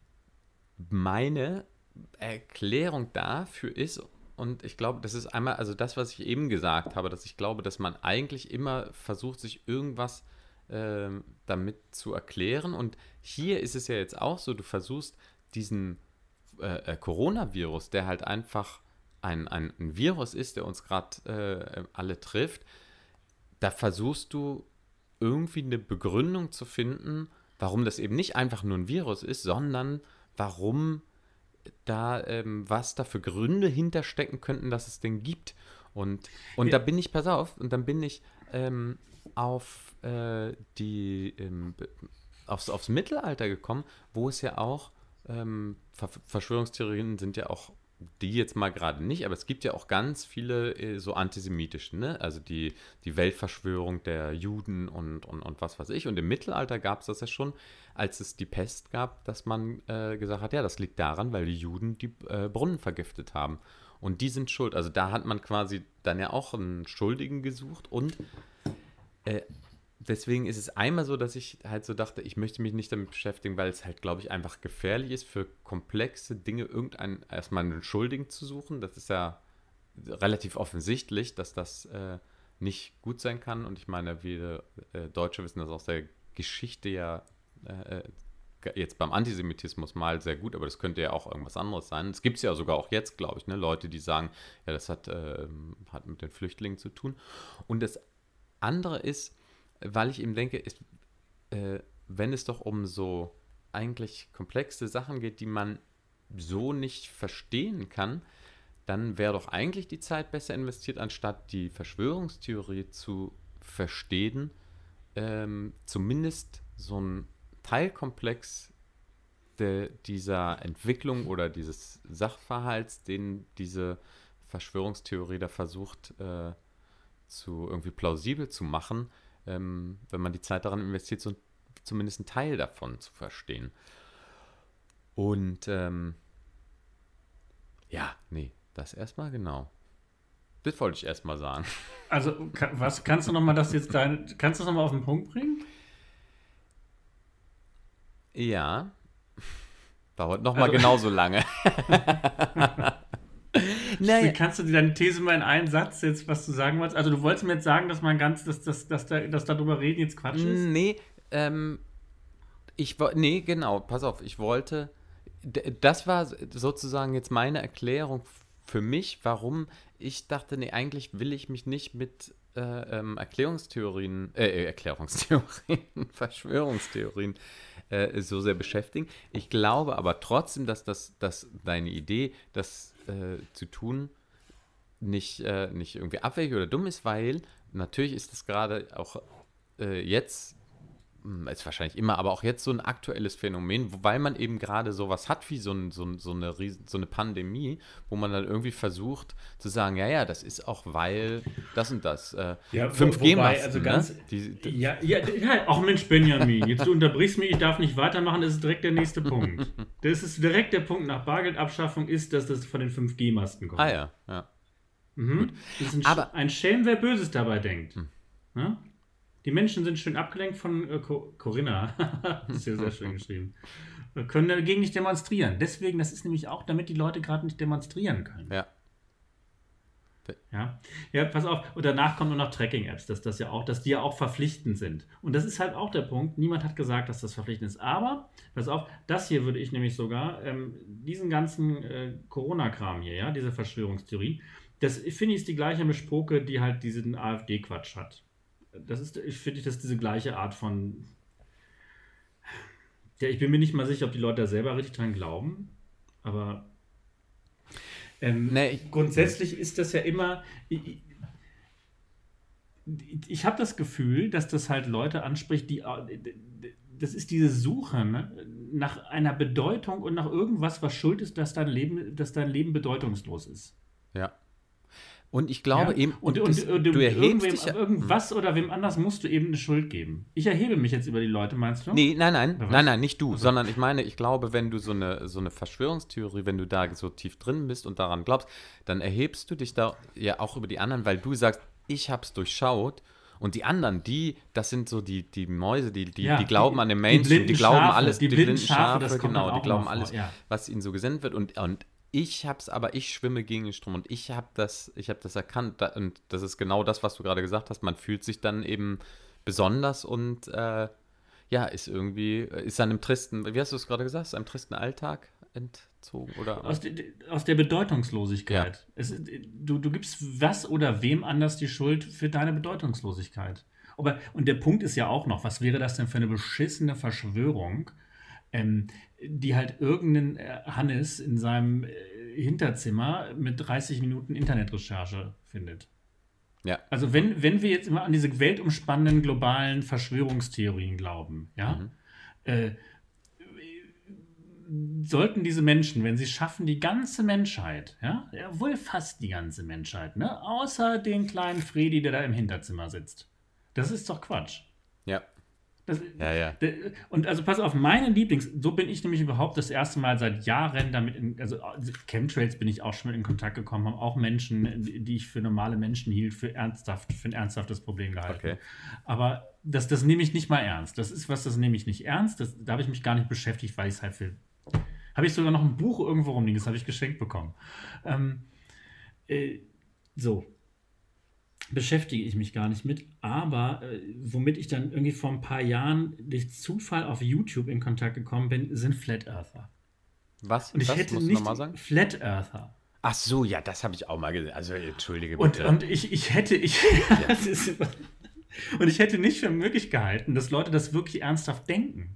S2: meine Erklärung dafür ist, und ich glaube, das ist einmal, also das, was ich eben gesagt habe, dass ich glaube, dass man eigentlich immer versucht, sich irgendwas ähm, damit zu erklären. Und hier ist es ja jetzt auch so, du versuchst diesen äh, äh, Coronavirus, der halt einfach ein, ein, ein Virus ist, der uns gerade äh, alle trifft, da versuchst du irgendwie eine Begründung zu finden, warum das eben nicht einfach nur ein Virus ist, sondern warum da, ähm, was da für Gründe hinterstecken könnten, dass es den gibt. Und, und
S1: Ja.
S2: da bin ich, pass auf, und dann bin ich ähm, auf äh, die, ähm, be- aufs, aufs Mittelalter gekommen, wo es ja auch, ähm, Ver Verschwörungstheorien sind ja auch, die jetzt mal gerade nicht, aber es gibt ja auch ganz viele äh, so antisemitische, ne? Also die, die Weltverschwörung der Juden und, und, und was weiß ich. Und im Mittelalter gab es das ja schon, als es die Pest gab, dass man äh, gesagt hat, ja, das liegt daran, weil die Juden die äh, Brunnen vergiftet haben. Und die sind schuld. Also da hat man quasi dann ja auch einen Schuldigen gesucht. Und äh, deswegen ist es einmal so, dass ich halt so dachte, ich möchte mich nicht damit beschäftigen, weil es halt, glaube ich, einfach gefährlich ist, für komplexe Dinge irgendeinen, erstmal einen Schuldigen zu suchen. Das ist ja relativ offensichtlich, dass das äh, nicht gut sein kann. Und ich meine, wir äh, Deutsche wissen das aus der Geschichte ja äh, jetzt beim Antisemitismus mal sehr gut, aber das könnte ja auch irgendwas anderes sein. Es gibt es ja sogar auch jetzt, glaube ich, ne? Leute, die sagen, ja, das hat, äh, hat mit den Flüchtlingen zu tun. Und das andere ist, weil ich eben denke, ist, äh, wenn es doch um so eigentlich komplexe Sachen geht, die man so nicht verstehen kann, dann wäre doch eigentlich die Zeit besser investiert, anstatt die Verschwörungstheorie zu verstehen, ähm, zumindest so ein Teilkomplex de, dieser Entwicklung oder dieses Sachverhalts, den diese Verschwörungstheorie da versucht äh, zu irgendwie plausibel zu machen, ähm, wenn man die Zeit daran investiert, so zumindest einen Teil davon zu verstehen. Und ähm, ja, nee, das erstmal genau. Das wollte ich erstmal sagen.
S1: Also, ka- was kannst du nochmal das jetzt dein, kannst du das nochmal auf den Punkt bringen?
S2: Ja, dauert nochmal
S1: Also-
S2: genauso lange. Naja,
S1: Kannst du dir deine These mal in einen Satz jetzt, was du sagen wolltest? Also, du wolltest mir jetzt sagen, dass man ganz, dass, dass, dass, da, dass darüber reden jetzt Quatsch ist?
S2: nee, ähm, ich wollte, nee, genau, pass auf, ich wollte, d- das war sozusagen jetzt meine Erklärung für mich, warum ich dachte, nee, eigentlich will ich mich nicht mit äh, ähm, Erklärungstheorien, äh, äh, Erklärungstheorien, Verschwörungstheorien äh, so sehr beschäftigen. Ich glaube aber trotzdem, dass das, dass deine Idee, das äh, zu tun, nicht, äh, nicht irgendwie abwegig oder dumm ist, weil natürlich ist das gerade auch äh, jetzt, hm, ist wahrscheinlich immer, aber auch jetzt so ein aktuelles Phänomen, weil man eben gerade sowas hat wie so, ein, so, ein, so, eine Riesen, so eine Pandemie, wo man dann irgendwie versucht zu sagen, ja, ja, das ist auch, weil das und das. Äh,
S1: Ja, wo-
S2: fünf G Masten,
S1: wobei, also ganz-
S2: ne? Die, die,
S1: Ja, ja, ja, auch Mensch, Benjamin, jetzt du unterbrichst mich, ich darf nicht weitermachen, das ist direkt der nächste Punkt. Das ist direkt der Punkt nach Bargeldabschaffung ist, dass das von den fünf G Masten kommt.
S2: ah ja, ja.
S1: Mhm. Das ist ein,
S2: Aber-
S1: Sch ein Schelm, wer Böses dabei denkt.
S2: Hm.
S1: Ja? Die Menschen sind schön abgelenkt von äh, Co- Corinna. Das ist ja sehr schön geschrieben. Wir können dagegen nicht demonstrieren. Deswegen, das ist nämlich auch, damit die Leute gerade nicht demonstrieren können.
S2: Ja.
S1: Ja, ja, pass auf. Und danach kommen nur noch Tracking-Apps, dass das ja auch, dass die ja auch verpflichtend sind. Und das ist halt auch der Punkt. Niemand hat gesagt, dass das verpflichtend ist. Aber, pass auf, das hier würde ich nämlich sogar, ähm, diesen ganzen äh, Corona-Kram hier, ja, diese Verschwörungstheorie, das finde ich ist die gleiche Mischpoke, die halt diesen AfD-Quatsch hat. Das ist, ich finde, das ist diese gleiche Art von. Ja, ich bin mir nicht mal sicher, ob die Leute da selber richtig dran glauben, aber. Ähm,
S2: Nee, ich-
S1: grundsätzlich ist das ja immer. Ich, ich habe das Gefühl, dass das halt Leute anspricht, die. Das ist diese Suche, ne, nach einer Bedeutung und nach irgendwas, was schuld ist, dass dein Leben, dass dein Leben bedeutungslos ist.
S2: Ja. Und ich glaube
S1: Ja?
S2: eben,
S1: und, und,
S2: das,
S1: und,
S2: du erhebst
S1: irgendwem,
S2: dich ja,
S1: irgendwas oder wem anders musst du eben eine Schuld geben. Ich erhebe mich jetzt über die Leute, meinst du?
S2: Nee, nein, nein,
S1: Oder was?
S2: nein, nein, nicht du,
S1: Also-
S2: sondern ich meine, ich glaube, wenn du so eine, so eine Verschwörungstheorie, wenn du da so tief drin bist und daran glaubst, dann erhebst du dich da ja auch über die anderen, weil du sagst, ich hab's durchschaut und die anderen, die, das sind so die, die Mäuse, die, die,
S1: Ja,
S2: die glauben
S1: die-
S2: an den
S1: die
S2: Mainstream, die,
S1: blinden
S2: glauben
S1: Schafe,
S2: alles,
S1: die
S2: die,
S1: blinden
S2: blinden
S1: Schafe,
S2: Schafe,
S1: das kommt dann
S2: genau, die
S1: auch
S2: glauben
S1: immer
S2: alles,
S1: vor, ja.
S2: was ihnen so gesendet wird und, und ich hab's aber, ich schwimme gegen den Strom und ich hab das, ich hab das erkannt da, und das ist genau das, was du gerade gesagt hast, man fühlt sich dann eben besonders und äh, ja, ist irgendwie, ist dann im tristen, wie hast du es gerade gesagt, ist einem tristen Alltag entzogen oder?
S1: Aus, de, aus der Bedeutungslosigkeit. Es, du, du gibst was oder wem anders die Schuld für deine Bedeutungslosigkeit. Aber, und der Punkt ist ja auch noch, was wäre das denn für eine beschissene Verschwörung, ähm, die halt irgendeinen äh, Hannes in seinem äh, Hinterzimmer mit dreißig Minuten Internetrecherche findet.
S2: Ja.
S1: Also wenn, wenn wir jetzt immer an diese weltumspannenden globalen Verschwörungstheorien glauben, ja,
S2: Mhm.
S1: äh, sollten diese Menschen, wenn sie schaffen, die ganze Menschheit, ja, ja, wohl fast die ganze Menschheit, ne, außer den kleinen Fredi, der da im Hinterzimmer sitzt. Das ist doch Quatsch.
S2: Ja.
S1: Das,
S2: Ja, ja.
S1: d- Und also pass auf, meine Lieblings, so bin ich nämlich überhaupt das erste Mal seit Jahren damit, in, also Chemtrails bin ich auch schon mit in Kontakt gekommen, haben auch Menschen, die die ich für normale Menschen hielt, für ernsthaft, für ein ernsthaftes Problem gehalten.
S2: Okay.
S1: Aber das, das nehme ich nicht mal ernst. Das ist was, das nehme ich nicht ernst. Das, da habe ich mich gar nicht beschäftigt, weil ich es halt für. Habe ich sogar noch ein Buch irgendwo rumliegen, das habe ich geschenkt bekommen. Ähm, äh, so. Beschäftige ich mich gar nicht mit, aber äh, womit ich dann irgendwie vor ein paar Jahren durch Zufall auf YouTube in Kontakt gekommen bin, sind Flat Earther.
S2: Was?
S1: Und ich
S2: Was
S1: hätte
S2: musst du
S1: nicht
S2: nochmal sagen?
S1: Flat Earther.
S2: Ach so, ja, das habe ich auch mal gesehen. Also, entschuldige
S1: Und,
S2: bitte.
S1: und ich, ich hätte, ich, das ist, und ich hätte nicht für möglich gehalten, dass Leute das wirklich ernsthaft denken.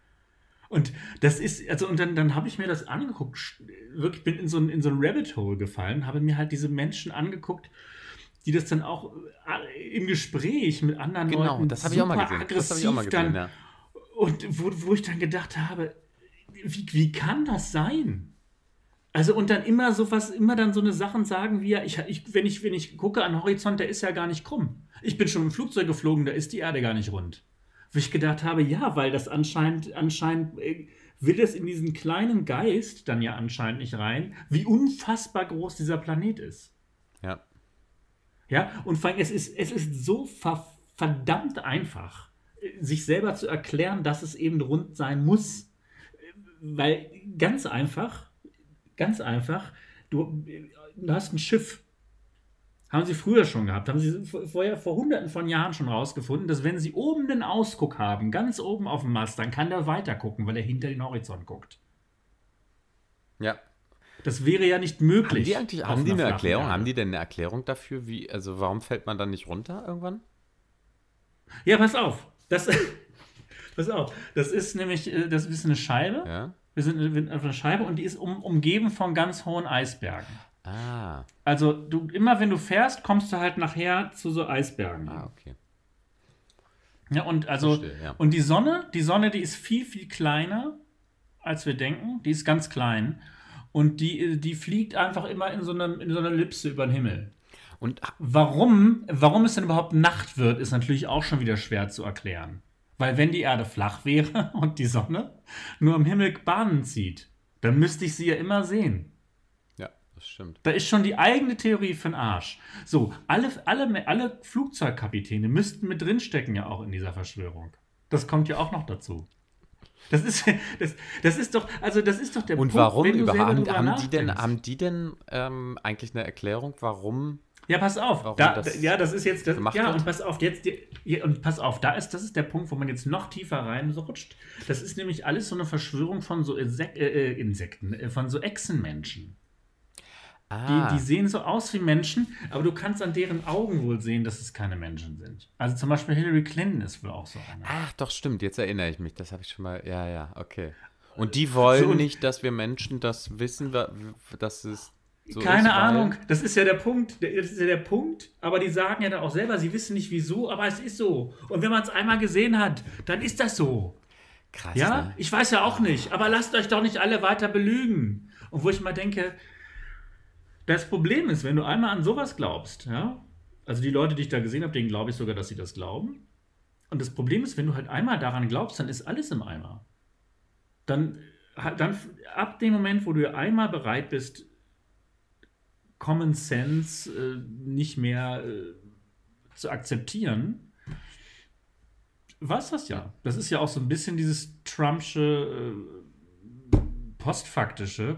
S1: Und das ist, also, und dann, dann habe ich mir das angeguckt, sch- wirklich bin in so ein, in so ein Rabbit Hole gefallen, habe mir halt diese Menschen angeguckt, die das dann auch äh, im Gespräch mit anderen
S2: Genau,
S1: Leuten
S2: das habe ich auch mal
S1: super
S2: gesehen. Das habe ich auch mal
S1: aggressiv
S2: gesehen,
S1: dann,
S2: ja.
S1: und wo, wo ich dann gedacht habe, wie, wie kann das sein? Also und dann immer sowas, immer dann so eine Sachen sagen wie, ja, ich, ich, wenn, ich, wenn ich gucke an den Horizont, der ist ja gar nicht krumm. Ich bin schon im Flugzeug geflogen, da ist die Erde gar nicht rund. Wo ich gedacht habe, ja, weil das anscheinend, anscheinend äh, will es in diesen kleinen Geist dann ja anscheinend nicht rein, wie unfassbar groß dieser Planet ist.
S2: Ja.
S1: Ja, und vor allem, es ist, es ist so ver verdammt einfach, äh, sich selber zu erklären, dass es eben rund sein muss. Äh, Weil ganz einfach, ganz einfach, du, äh, du hast ein Schiff. Haben sie früher schon gehabt, haben sie vor- vorher vor hunderten von Jahren schon rausgefunden, dass wenn sie oben den Ausguck haben, ganz oben auf dem Mast, dann kann der weiter gucken, weil er hinter den Horizont guckt.
S2: Ja.
S1: Das wäre ja nicht möglich.
S2: Haben die eigentlich,
S1: auf
S2: haben die
S1: einer
S2: eine
S1: flachen
S2: Erklärung?
S1: Erde.
S2: Haben die denn eine Erklärung dafür, wie, also warum fällt man dann nicht runter irgendwann?
S1: Ja, pass auf. Das, pass auf. Das ist nämlich, äh, das ist eine Scheibe.
S2: Ja.
S1: Wir sind wir sind auf einer Scheibe und die ist um, umgeben von ganz hohen Eisbergen.
S2: Ah,
S1: Also du, immer wenn du fährst, kommst du halt nachher zu so Eisbergen.
S2: ah, okay.
S1: Ja, und also
S2: Verstehe, ja.
S1: und die Sonne, die Sonne, die ist viel, viel kleiner, als wir denken. Die ist ganz klein. Und die, die fliegt einfach immer in so einer, in so einer Ellipse über den Himmel.
S2: Und
S1: Warum, warum es denn überhaupt Nacht wird, ist natürlich auch schon wieder schwer zu erklären. Weil wenn die Erde flach wäre und die Sonne nur am Himmel Bahnen zieht, dann müsste ich sie ja immer sehen.
S2: ja, das stimmt.
S1: Da ist schon die eigene Theorie für den Arsch. So, alle, alle, alle Flugzeugkapitäne müssten mit drinstecken ja auch in dieser Verschwörung. Das kommt ja auch noch dazu. Das ist, das, das ist doch, also das ist doch der
S2: Und
S1: Punkt,
S2: warum
S1: wenn du selber
S2: überhaupt?
S1: drüber
S2: Haben die denn,
S1: nachdenkst.
S2: haben die denn ähm, eigentlich eine Erklärung, warum?
S1: Ja, pass auf.
S2: Warum
S1: Da,
S2: das
S1: ja, das ist jetzt das,
S2: gemacht
S1: ja,
S2: wird?
S1: und pass auf, jetzt die- ja, und pass auf, da ist das ist der Punkt, wo man jetzt noch tiefer rein so rutscht. Das ist nämlich alles so eine Verschwörung von so Insek äh, äh, Insekten, äh, von so Echsenmenschen.
S2: Ah,
S1: Die, die sehen so aus wie Menschen, aber du kannst an deren Augen wohl sehen, dass es keine Menschen sind. Also zum Beispiel Hillary Clinton ist wohl auch so eine.
S2: ach, doch, stimmt, jetzt erinnere ich mich, das habe ich schon mal, ja, ja, okay. Und die wollen
S1: So, und-
S2: nicht, dass wir Menschen das wissen, wa- dass es so
S1: Keine
S2: ist, weil-
S1: Ahnung, das ist ja der Punkt. Das ist ja der Punkt, aber die sagen ja dann auch selber, sie wissen nicht wieso, aber es ist so. Und wenn man es einmal gesehen hat, dann ist das so.
S2: Krass,
S1: Ja,
S2: ne?
S1: ich weiß ja auch nicht, aber lasst euch doch nicht alle weiter belügen. Und wo ich mal denke, das Problem ist, wenn du einmal an sowas glaubst, ja, also die Leute, die ich da gesehen habe, denen glaube ich sogar, dass sie das glauben. Und das Problem ist, wenn du halt einmal daran glaubst, dann ist alles im Eimer. Dann, dann ab dem Moment, wo du einmal bereit bist, Common Sense äh, nicht mehr äh, zu akzeptieren, was das ja. Das ist ja auch so ein bisschen dieses Trumpsche, äh, postfaktische.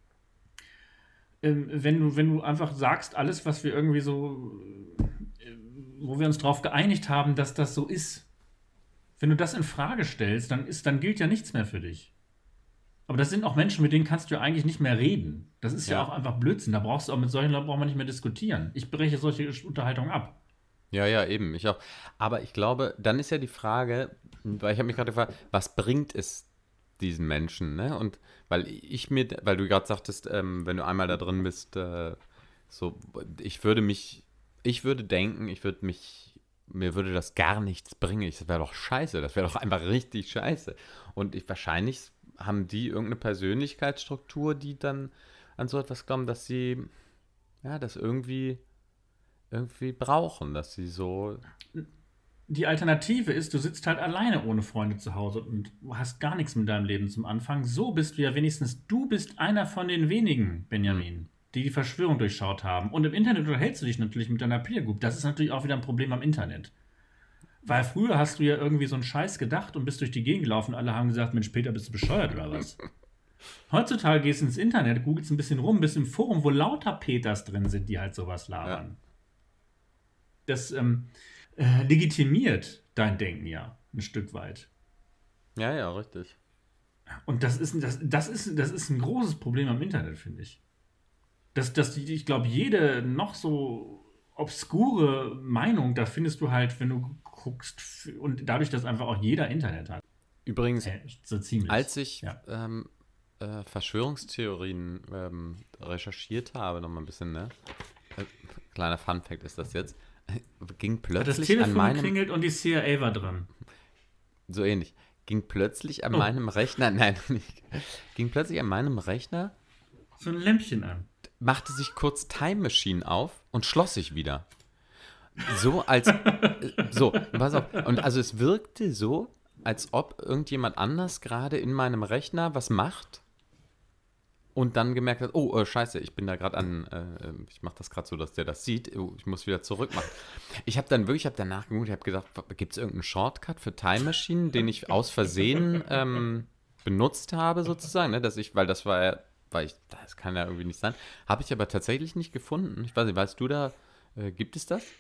S1: Ähm, wenn du, wenn du einfach sagst, alles, was wir irgendwie so, äh, wo wir uns drauf geeinigt haben, dass das so ist, wenn du das in Frage stellst, dann ist, dann gilt ja nichts mehr für dich. Aber das sind auch Menschen, mit denen kannst du ja eigentlich nicht mehr reden. Das ist ja,
S2: Ja.
S1: auch einfach Blödsinn. Da brauchst du auch mit solchen Leuten braucht man nicht mehr diskutieren. Ich breche solche Unterhaltungen ab.
S2: Ja, ja, eben, ich auch. Aber ich glaube, dann ist ja die Frage, weil ich habe mich gerade gefragt, was bringt es diesen Menschen, ne? Und weil ich mir, weil du gerade sagtest, ähm, wenn du einmal da drin bist, äh, so, ich würde mich, ich würde denken, ich würde mich, mir würde das gar nichts bringen. Ich, das wäre doch scheiße, das wäre doch einfach richtig scheiße. Und ich, wahrscheinlich haben die irgendeine Persönlichkeitsstruktur, die dann an so etwas glauben, dass sie, ja, das irgendwie irgendwie brauchen, dass sie so.
S1: Die Alternative ist, du sitzt halt alleine ohne Freunde zu Hause und hast gar nichts mit deinem Leben zum Anfang. So bist du ja wenigstens, du bist einer von den wenigen, Benjamin, die die Verschwörung durchschaut haben. Und im Internet unterhältst du dich natürlich mit deiner Peer Group. Das ist natürlich auch wieder ein Problem am Internet. Weil früher hast du ja irgendwie so einen Scheiß gedacht und bist durch die Gegend gelaufen. Alle haben gesagt, Mensch, Peter, bist du bescheuert oder was? Heutzutage gehst du ins Internet, googelst ein bisschen rum, bist im Forum, wo lauter Peters drin sind, die halt sowas labern.
S2: Ja.
S1: Das ähm, äh, legitimiert dein Denken ja ein Stück weit.
S2: Ja, ja, richtig.
S1: Und das ist, das, das ist, das ist ein großes Problem am Internet, finde ich. Dass, dass die, ich glaube, jede noch so obskure Meinung, da findest du halt, wenn du guckst, und dadurch, dass einfach auch jeder Internet hat.
S2: Übrigens,
S1: Äh, so ziemlich.
S2: als ich
S1: Ja.
S2: ähm, äh, Verschwörungstheorien ähm, recherchiert habe, nochmal ein bisschen, ne? Äh, kleiner Funfact ist das jetzt, ging
S1: Hat das
S2: plötzlich
S1: Telefon
S2: an meinem,
S1: geklingelt und die C I A war drin.
S2: so ähnlich, ging plötzlich an
S1: Oh.
S2: meinem Rechner, nein, nicht, ging plötzlich an meinem Rechner,
S1: So ein Lämpchen an.
S2: machte sich kurz Time Machine auf und schloss sich wieder. So als, äh, so, pass auf, und also es wirkte so, als ob irgendjemand anders gerade in meinem Rechner was macht und dann gemerkt hat, oh, äh, scheiße, ich bin da gerade an, äh, ich mache das gerade so, dass der das sieht, oh, ich muss wieder zurück machen. Ich habe dann wirklich, ich habe danach geguckt, ich habe gedacht, gibt es irgendeinen Shortcut für Time Machine, den ich aus Versehen ähm, benutzt habe sozusagen, ne, dass ich, weil das war ja, weil ich, das kann ja irgendwie nicht sein, habe ich aber tatsächlich nicht gefunden. Ich weiß nicht, weißt du da, äh, gibt es das?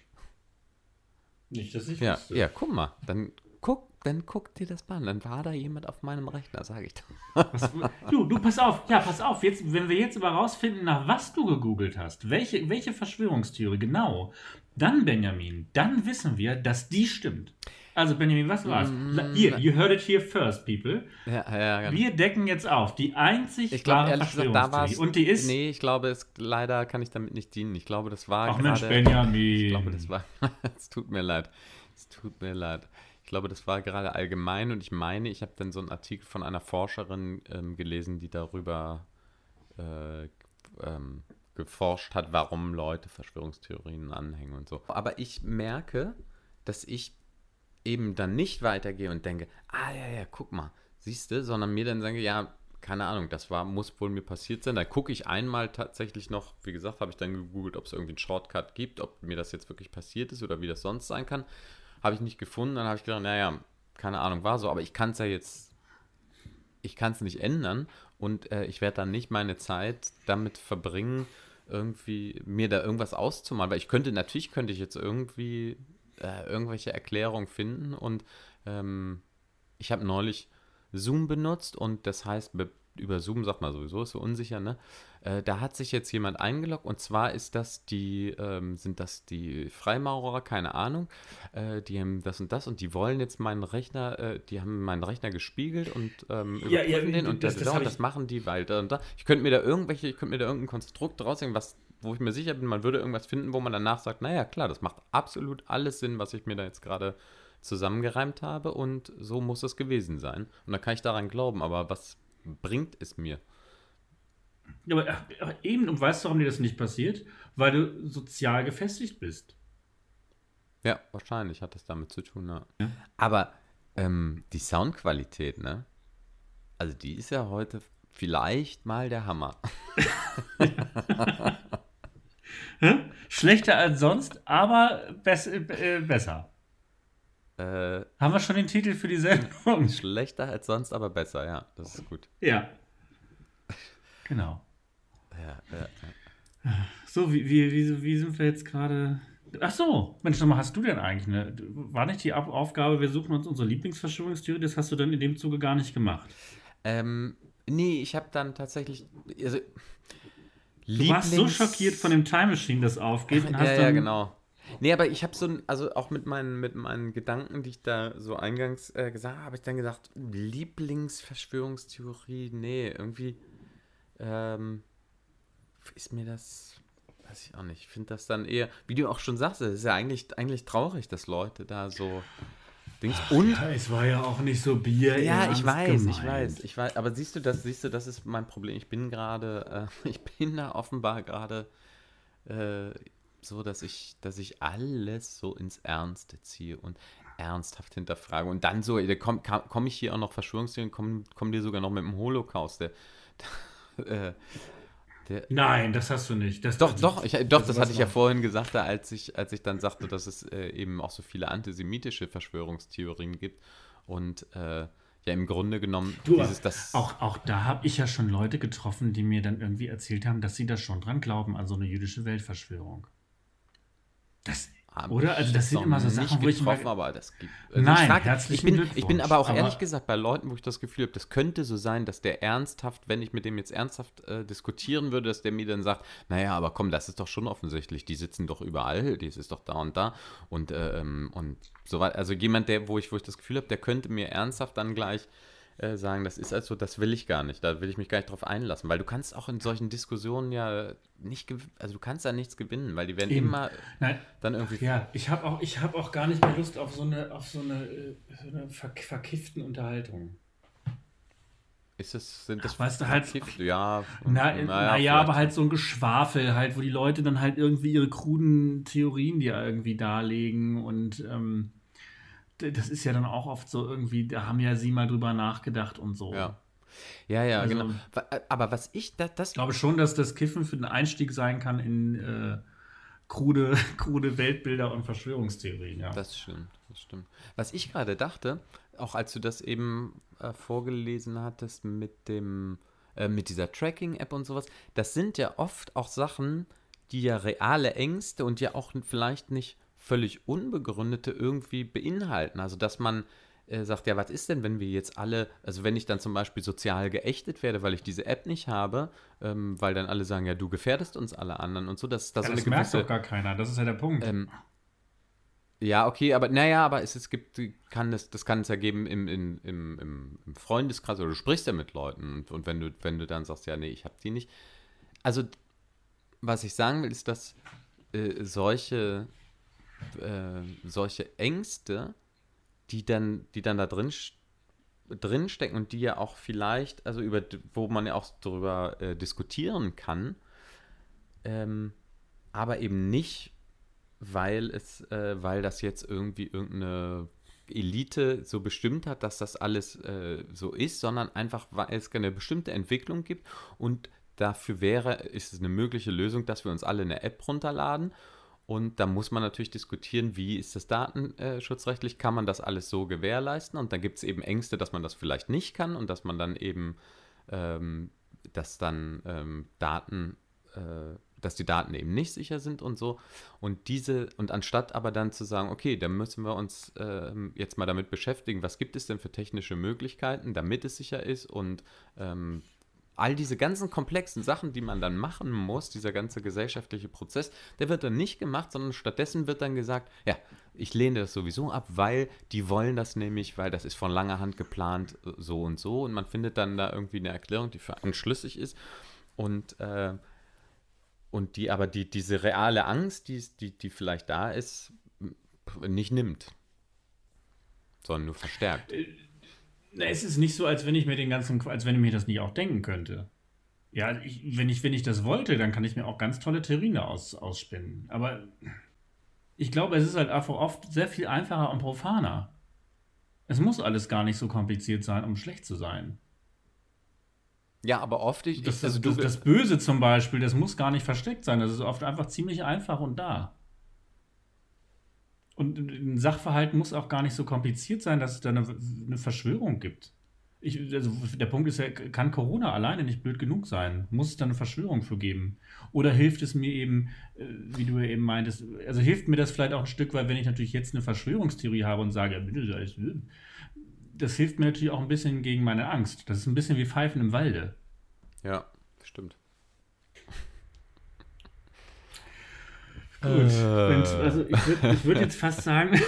S1: Nicht, dass ich
S2: Ja,
S1: wüsste.
S2: ja, guck mal, dann guck, dann guck dir das mal an, dann war da jemand auf meinem Rechner, sage ich doch.
S1: Was, du, du, pass auf, ja, pass auf, jetzt, wenn wir jetzt aber rausfinden, nach was du gegoogelt hast, welche, welche Verschwörungstheorie genau, dann, Benjamin, dann wissen wir, dass die stimmt. Also, Benjamin, was war's?
S2: Mm.
S1: Hier, you heard it here first, people.
S2: Ja, ja, ganz.
S1: Wir decken jetzt auf die einzig
S2: Ich glaube,
S1: wahre
S2: ehrlich gesagt, da war
S1: Verschwörungstheorie.
S2: es.
S1: Und die ist,
S2: Nee, ich glaube, es, leider kann ich damit nicht dienen. Ich glaube, das war
S1: ach Mensch,
S2: gerade.
S1: Benjamin.
S2: Ich glaube, das war. Es tut mir leid. Es tut mir leid. Ich glaube, das war gerade allgemein und ich meine, ich habe dann so einen Artikel von einer Forscherin ähm, gelesen, die darüber äh, ähm, geforscht hat, warum Leute Verschwörungstheorien anhängen und so. Aber ich merke, dass ich eben dann nicht weitergehe und denke, ah ja, ja, guck mal, siehst du, sondern mir dann sage, ja, keine Ahnung, das war, muss wohl mir passiert sein. Da gucke ich einmal tatsächlich noch, wie gesagt, habe ich dann gegoogelt, ob es irgendwie einen Shortcut gibt, ob mir das jetzt wirklich passiert ist oder wie das sonst sein kann. Habe ich nicht gefunden. Dann habe ich gedacht, naja, keine Ahnung, war so. Aber ich kann es ja jetzt, ich kann es nicht ändern. Und äh, ich werde dann nicht meine Zeit damit verbringen, irgendwie mir da irgendwas auszumalen. Weil ich könnte, natürlich könnte ich jetzt irgendwie äh, irgendwelche Erklärungen finden. Und ähm, ich habe neulich Zoom benutzt und das heißt, über Zoom sagt man sowieso, ist so unsicher, ne? Äh, da hat sich jetzt jemand eingeloggt und zwar ist das die, ähm, sind das die Freimaurer, keine Ahnung, äh, die haben das und das und die wollen jetzt meinen Rechner, äh, die haben meinen Rechner gespiegelt und ähm,
S1: Ja, ja,
S2: überprüfen den und
S1: das-
S2: das,
S1: das
S2: das,
S1: hab
S2: das
S1: ich-
S2: machen die weiter und da. Ich könnte mir da irgendwelche, ich könnte mir da irgendein Konstrukt rausnehmen, was, wo ich mir sicher bin, man würde irgendwas finden, wo man danach sagt, naja, klar, das macht absolut alles Sinn, was ich mir da jetzt gerade zusammengereimt habe und so muss es gewesen sein. Und da kann ich daran glauben, aber was bringt es mir?
S1: Ja, aber, aber eben, und weißt du, warum dir das nicht passiert? Weil du sozial gefestigt bist.
S2: Ja, wahrscheinlich hat das damit zu tun, ja. Aber ähm, die Soundqualität, ne? Also die ist ja heute vielleicht mal der Hammer.
S1: Hä? Schlechter als sonst, aber bess äh, besser.
S2: Äh,
S1: Haben wir schon den Titel für die Sendung?
S2: schlechter als sonst, aber besser, ja. Das ist gut.
S1: Ja. Genau.
S2: Ja, ja.
S1: So, wie, wie, wie, wie sind wir jetzt gerade. Ach so, Mensch, nochmal, hast du denn eigentlich eine. War nicht die Auf- Aufgabe, wir suchen uns unsere Lieblingsverschwörungstheorie? Das hast du dann in dem Zuge gar nicht gemacht.
S2: Ähm, nee, ich habe dann tatsächlich. Also,
S1: Du warst so schockiert von dem Time Machine, das aufgeht. Und hast
S2: ja,
S1: dann,
S2: ja, genau. Nee, aber ich habe so ein, also auch mit meinen, mit meinen Gedanken, die ich da so eingangs äh, gesagt habe, habe ich dann gesagt, Lieblingsverschwörungstheorie, nee, irgendwie ähm, ist mir das, weiß ich auch nicht, ich finde das dann eher, wie du auch schon sagst, es ist ja eigentlich, eigentlich traurig, dass Leute da so Dings und
S1: Ja, es war ja auch nicht so Bier.
S2: ja, ich weiß, ich
S1: gemeint.
S2: weiß, ich weiß, aber siehst du, das, siehst du, das ist mein Problem. Ich bin gerade, äh, ich bin da offenbar gerade äh, so, dass ich, dass ich alles so ins Ernste ziehe und ernsthaft hinterfrage. Und dann so, da komme komm ich hier auch noch Verschwörungstheorien, kommen komm dir sogar noch mit dem Holocaust. Der, der, äh, der,
S1: Nein, das hast du nicht. Das,
S2: doch, doch, ich, doch, das
S1: was
S2: hatte ich ja
S1: noch?
S2: vorhin gesagt, da, als ich, als ich dann sagte, dass es äh, eben auch so viele antisemitische Verschwörungstheorien gibt. Und äh, ja, im Grunde genommen,
S1: Du,
S2: dieses, das.
S1: auch, auch da habe ich ja schon Leute getroffen, die mir dann irgendwie erzählt haben, dass sie da schon dran glauben, an so eine jüdische Weltverschwörung. Das,
S2: hab
S1: oder?
S2: ich
S1: Also das
S2: jetzt
S1: sind
S2: noch
S1: immer so
S2: nicht
S1: Sachen, wo ich
S2: getroffen,
S1: immer,
S2: aber das gibt. Also
S1: Nein,
S2: ich, frag, ich,
S1: herzlichen
S2: bin, ich bin
S1: Glückwunsch,
S2: aber auch
S1: aber-
S2: ehrlich gesagt bei Leuten, wo ich das Gefühl habe, das könnte so sein, dass der ernsthaft, wenn ich mit dem jetzt ernsthaft äh, diskutieren würde, dass der mir dann sagt, naja, aber komm, das ist doch schon offensichtlich, die sitzen doch überall, das ist doch da und da und, ähm, und so weiter. Also jemand, der, wo ich, wo ich das Gefühl habe, der könnte mir ernsthaft dann gleich äh, sagen, das ist also, das will ich gar nicht, da will ich mich gar nicht drauf einlassen, weil du kannst auch in solchen Diskussionen ja nicht, gew- also du kannst da nichts gewinnen, weil die werden
S1: Eben.
S2: immer
S1: Nein,
S2: dann irgendwie
S1: ja, ich habe auch, ich hab auch gar nicht mehr Lust auf so eine, auf so eine, äh, so eine ver verkifften Unterhaltung.
S2: Ist es, sind das
S1: Ach, weißt du, halt-
S2: verkifft? Ja.
S1: Na,
S2: naja,
S1: naja,
S2: vielleicht.
S1: aber halt so ein Geschwafel, halt, wo die Leute dann halt irgendwie ihre kruden Theorien dir irgendwie darlegen und ähm, d- das ist ja dann auch oft so irgendwie, da haben ja sie mal drüber nachgedacht und so.
S2: Ja. Ja, ja,
S1: Also-
S2: genau. Wa- Aber was ich, das, das
S1: Ich glaube schon, dass das Kiffen für den Einstieg sein kann in äh, krude, krude Weltbilder und Verschwörungstheorien, ja.
S2: das stimmt, das stimmt. Was ich gerade dachte, auch als du das eben äh, vorgelesen hattest mit dem, äh, mit dieser Tracking-App und sowas, das sind ja oft auch Sachen, die ja reale Ängste und ja auch vielleicht nicht völlig unbegründete irgendwie beinhalten. Also dass man äh, sagt, ja, was ist denn, wenn wir jetzt alle, also wenn ich dann zum Beispiel sozial geächtet werde, weil ich diese App nicht habe, ähm, weil dann alle sagen, ja, du gefährdest uns alle anderen und so, dass da
S1: Ja,
S2: so
S1: das
S2: eine
S1: merkt
S2: gewisse
S1: doch gar keiner, das ist ja der Punkt.
S2: ähm, ja, okay, aber naja, aber es, es gibt, kann das, das kann es ja geben im, im, im, im- im Freundeskreis oder du sprichst ja mit Leuten und, und wenn du, wenn du dann sagst, ja, nee, ich hab die nicht. Also, was ich sagen will, ist, dass äh, solche, äh, solche Ängste, die dann, die dann da drin, st- drin stecken und die ja auch vielleicht, also über, wo man ja auch darüber äh, diskutieren kann, ähm, aber eben nicht, weil es, äh, weil das jetzt irgendwie irgendeine Elite so bestimmt hat, dass das alles äh, so ist, sondern einfach, weil es eine bestimmte Entwicklung gibt und dafür wäre, ist es eine mögliche Lösung, dass wir uns alle eine App runterladen und da muss man natürlich diskutieren, wie ist das datenschutzrechtlich, kann man das alles so gewährleisten und dann gibt es eben Ängste, dass man das vielleicht nicht kann und dass man dann eben, ähm, dass dann ähm, Daten äh, dass die Daten eben nicht sicher sind und so. Und diese, und anstatt aber dann zu sagen, okay, dann müssen wir uns ähm, jetzt mal damit beschäftigen, was gibt es denn für technische Möglichkeiten, damit es sicher ist und ähm, all diese ganzen komplexen Sachen, die man dann machen muss, dieser ganze gesellschaftliche Prozess, der wird dann nicht gemacht, sondern stattdessen wird dann gesagt, ja, ich lehne das sowieso ab, weil die wollen das nämlich, weil das ist von langer Hand geplant, so und so. Und man findet dann da irgendwie eine Erklärung, die für einen schlüssig ist. Und äh, Und die aber die, diese reale Angst, die, die, die vielleicht da ist, nicht nimmt, sondern nur verstärkt.
S1: Na, es ist nicht so, als wenn ich mir den ganzen, als wenn ich mir das nicht auch denken könnte. Ja, ich, wenn ich, wenn ich das wollte, dann kann ich mir auch ganz tolle Theorien da aus, ausspinnen. Aber ich glaube, es ist halt einfach oft sehr viel einfacher und profaner. Es muss alles gar nicht so kompliziert sein, um schlecht zu sein.
S2: Ja, aber oft, ich,
S1: Das,
S2: also
S1: das,
S2: du,
S1: das Böse zum Beispiel, das muss gar nicht versteckt sein. Das ist oft einfach ziemlich einfach und da. Und ein Sachverhalt muss auch gar nicht so kompliziert sein, dass es da eine, eine Verschwörung gibt. Ich, also der Punkt ist ja, kann Corona alleine nicht blöd genug sein? Muss es da eine Verschwörung für geben? Oder hilft es mir eben, äh, wie du ja eben meintest, also hilft mir das vielleicht auch ein Stück, weil wenn ich natürlich jetzt eine Verschwörungstheorie habe und sage, ja, bitte, da ist, das hilft mir natürlich auch ein bisschen gegen meine Angst. Das ist ein bisschen wie Pfeifen im Walde.
S2: Ja, stimmt.
S1: Gut. Äh. Also ich würde ich würd jetzt fast sagen.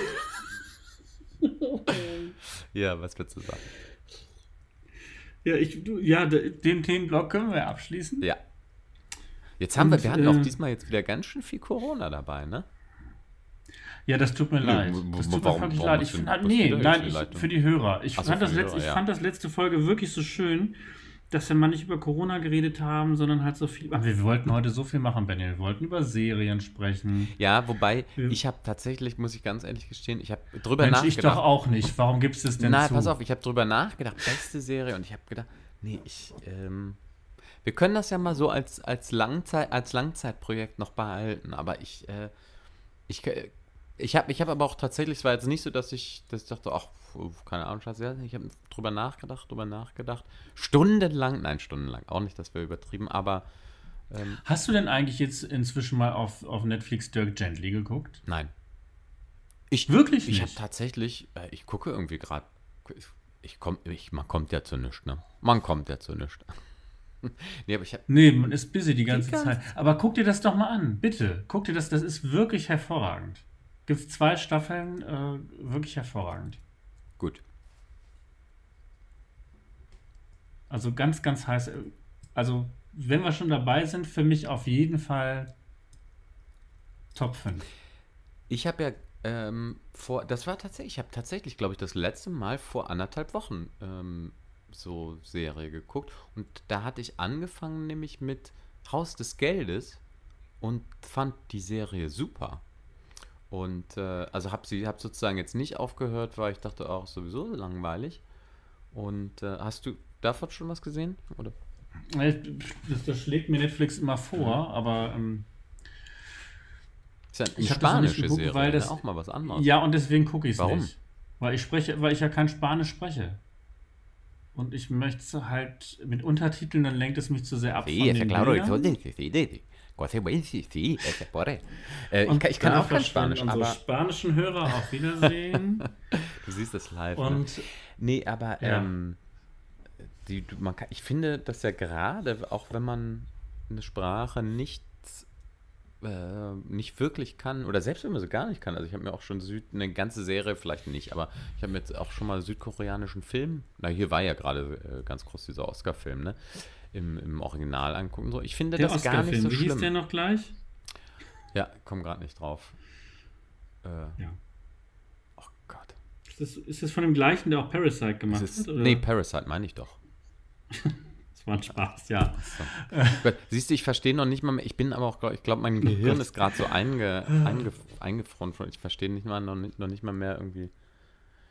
S2: Ja, was würdest du sagen?
S1: Ja, ich, du, ja, den Themenblock können wir abschließen.
S2: Ja. Jetzt haben
S1: Und,
S2: wir, wir hatten
S1: äh,
S2: auch diesmal jetzt wieder ganz schön viel Corona dabei, ne?
S1: Ja, das tut mir
S2: Nö,
S1: leid.
S2: w-
S1: Das
S2: w-
S1: tut mir
S2: warum-
S1: wirklich
S2: warum
S1: leid.
S2: hast
S1: Ich
S2: du
S1: find,
S2: denn-
S1: ah,
S2: was
S1: nee,
S2: für die
S1: nein,
S2: Leute?
S1: ich, für die Hörer. Ich,
S2: Ach so,
S1: fand,
S2: für
S1: das
S2: die
S1: letzt,
S2: Hörer,
S1: ich
S2: ja.
S1: fand das letzte Folge wirklich so schön, dass wir mal nicht über Corona geredet haben, sondern halt so viel. Aber wir wollten heute so viel machen, Benny. Wir wollten über Serien sprechen.
S2: Ja, wobei,
S1: Wir-
S2: ich habe tatsächlich, muss ich ganz ehrlich gestehen, ich habe drüber
S1: Mensch, ich
S2: nachgedacht.
S1: doch auch nicht. Warum gibst du es denn
S2: Nein,
S1: zu?
S2: pass auf, ich habe drüber nachgedacht, beste Serie, und ich habe gedacht, nee, ich, ähm, wir können das ja mal so als, als, Langzeit, als Langzeitprojekt noch behalten, aber ich, äh, ich, äh, ich habe ich hab aber auch tatsächlich, es war jetzt nicht so, dass ich, dass ich dachte, ach, keine Ahnung, scheiße, ich habe drüber nachgedacht, drüber nachgedacht, stundenlang, nein, stundenlang, auch nicht, das wäre übertrieben, aber ähm,
S1: Hast du denn eigentlich jetzt inzwischen mal auf, auf Netflix Dirk Gently geguckt?
S2: nein. Ich,
S1: Wirklich
S2: Ich habe
S1: nicht?
S2: tatsächlich, äh, ich gucke irgendwie gerade, ich, ich komm, ich, man kommt ja zu nichts, ne? Man kommt ja zu nichts. Nee, aber ich habe,
S1: Nee, man ist busy die ganze
S2: ganze
S1: Zeit. Aber guck dir das doch mal an, bitte. Guck dir das, das ist wirklich hervorragend. Gibt es zwei Staffeln, äh, wirklich hervorragend.
S2: gut.
S1: Also ganz, ganz heiß. äh, Also, wenn wir schon dabei sind, für mich auf jeden Fall Top fünf.
S2: Ich habe ja ähm, vor, das war tatsächlich, ich habe tatsächlich, glaube ich, das letzte Mal vor anderthalb Wochen ähm, so Serie geguckt und da hatte ich angefangen nämlich mit Haus des Geldes und fand die Serie super. Und äh, also habe sie, habe sozusagen jetzt nicht aufgehört, weil ich dachte auch sowieso langweilig. Und äh, hast du davon schon was gesehen? Oder?
S1: Das, das schlägt mir Netflix immer vor, aber ähm,
S2: Ist ja eine
S1: ich habe das noch nicht
S2: spanische
S1: geguckt,
S2: Serie,
S1: weil das.
S2: ne? Auch mal was anderes.
S1: Ja, und deswegen gucke ich es
S2: Warum?
S1: nicht. Weil ich spreche, weil ich ja kein Spanisch spreche. Und ich möchte halt mit Untertiteln, dann lenkt es mich zu sehr ab
S2: Sí,
S1: von
S2: está
S1: den
S2: claro,
S1: Bildern.
S2: sí, sí, sí, sí. Cosa buena, sí, sí, es por ahí. Äh, ich
S1: Und
S2: kann, ich kann
S1: da
S2: auch kein
S1: verschwinden
S2: Spanisch,
S1: unsere
S2: aber
S1: spanischen Hörer auf Wiedersehen.
S2: du siehst das live. Ne?
S1: Und
S2: Nee, aber
S1: Ja.
S2: ähm, die, du- man kann, ich finde, dass ja gerade, auch wenn man eine Sprache nicht, äh, nicht wirklich kann, oder selbst wenn man sie gar nicht kann, also ich habe mir auch schon Süd, eine ganze Serie, vielleicht nicht, aber ich habe mir jetzt auch schon mal südkoreanischen Film, na hier war ja gerade äh, ganz groß dieser Oscar-Film, ne? Im, im Original angucken. So. Ich finde
S1: der
S2: das gar nicht
S1: Oscar-Film,
S2: so
S1: wie hieß
S2: schlimm.
S1: der noch gleich?
S2: Ja, komm gerade nicht drauf. Äh,
S1: Ja.
S2: Oh Gott.
S1: Ist das, ist das von dem gleichen, der auch Parasite gemacht
S2: Das ist,
S1: hat? Oder?
S2: nee, Parasite meine ich doch.
S1: Das war ein Spaß, ja.
S2: So. Gott, siehst du, ich verstehe noch nicht mal mehr. Ich bin aber auch, glaub- ich glaube, mein Gehirn
S1: Gott.
S2: ist gerade so einge, einge, eingefroren. Von, ich verstehe nicht mal noch, nicht noch nicht mal mehr irgendwie.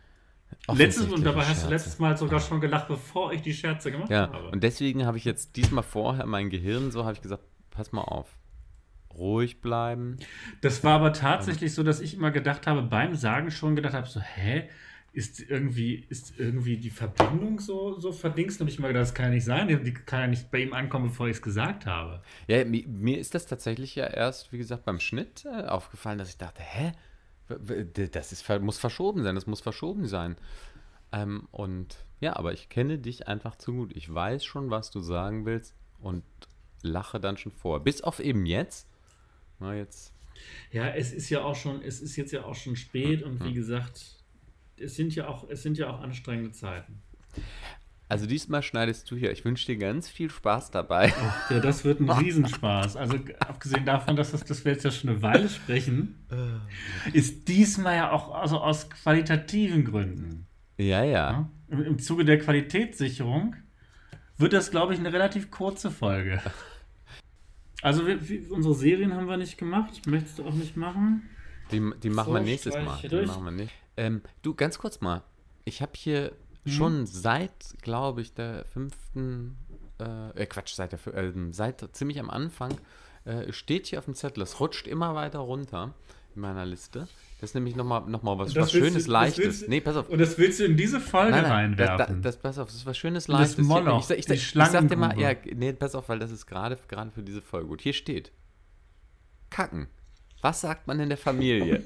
S1: Letztes, und dabei hast
S2: Scherze.
S1: du letztes Mal sogar schon gelacht, bevor ich die Scherze gemacht
S2: Ja,
S1: habe.
S2: und deswegen habe ich jetzt diesmal vorher mein Gehirn so, habe ich gesagt, pass mal auf. Ruhig bleiben.
S1: Das war aber tatsächlich so, dass ich immer gedacht habe, beim Sagen schon gedacht habe, so, hä? Ist irgendwie, ist irgendwie die Verbindung so, so verdingst? Da habe ich immer gedacht, das kann ja nicht sein. Die kann ja nicht bei ihm ankommen, bevor ich es gesagt habe.
S2: Ja, mir, mir ist das tatsächlich ja erst, wie gesagt, beim Schnitt äh, aufgefallen, dass ich dachte, hä? W- w- Das ist, ver- muss verschoben sein, das muss verschoben sein. Ähm, und ja, aber ich kenne dich einfach zu gut. Ich weiß schon, was du sagen willst und lache dann schon vor. Bis auf eben jetzt. Na, jetzt.
S1: Ja, es ist ja auch schon, es ist jetzt ja auch schon spät und wie gesagt, es sind ja auch, es sind ja auch anstrengende Zeiten.
S2: Also diesmal schneidest du hier. Ich wünsche dir ganz viel Spaß dabei.
S1: Ja, das wird ein Riesenspaß. Also abgesehen davon, dass, das, dass wir jetzt ja schon eine Weile sprechen, ist diesmal ja auch also aus qualitativen Gründen.
S2: Ja, ja.
S1: Ja? Im, Im Zuge der Qualitätssicherung wird das, glaube ich, eine relativ kurze Folge. Also wir, wir, unsere Serien haben wir nicht gemacht. Möchtest du auch nicht machen?
S2: Die, die machen
S1: So,
S2: wir nächstes
S1: streich
S2: Mal.
S1: hier
S2: Die
S1: durch.
S2: machen wir nicht. Ähm, du, ganz kurz mal. Ich habe hier
S1: Mhm.
S2: schon seit, glaube ich, der fünften, äh, äh, Quatsch, seit, der, fü- ähm, seit ziemlich am Anfang, äh, steht hier auf dem Zettel, es rutscht immer weiter runter in meiner Liste. Das ist nämlich nochmal noch mal was,
S1: Das
S2: was
S1: willst
S2: Schönes,
S1: du- das
S2: Leichtes.
S1: willst du-
S2: Nee, pass auf.
S1: Und das willst du in diese Folge
S2: Nein, nein, das,
S1: reinwerfen?
S2: das, pass auf, das ist was Schönes,
S1: Das
S2: Leichtes.
S1: Moloch,
S2: ich, sag- ich,
S1: die
S2: sag- ich sag dir mal, ja,
S1: Schlangengrube.
S2: nee, pass auf, weil das ist gerade gerade für diese Folge gut. Hier steht, Kacken. Was sagt man in der Familie?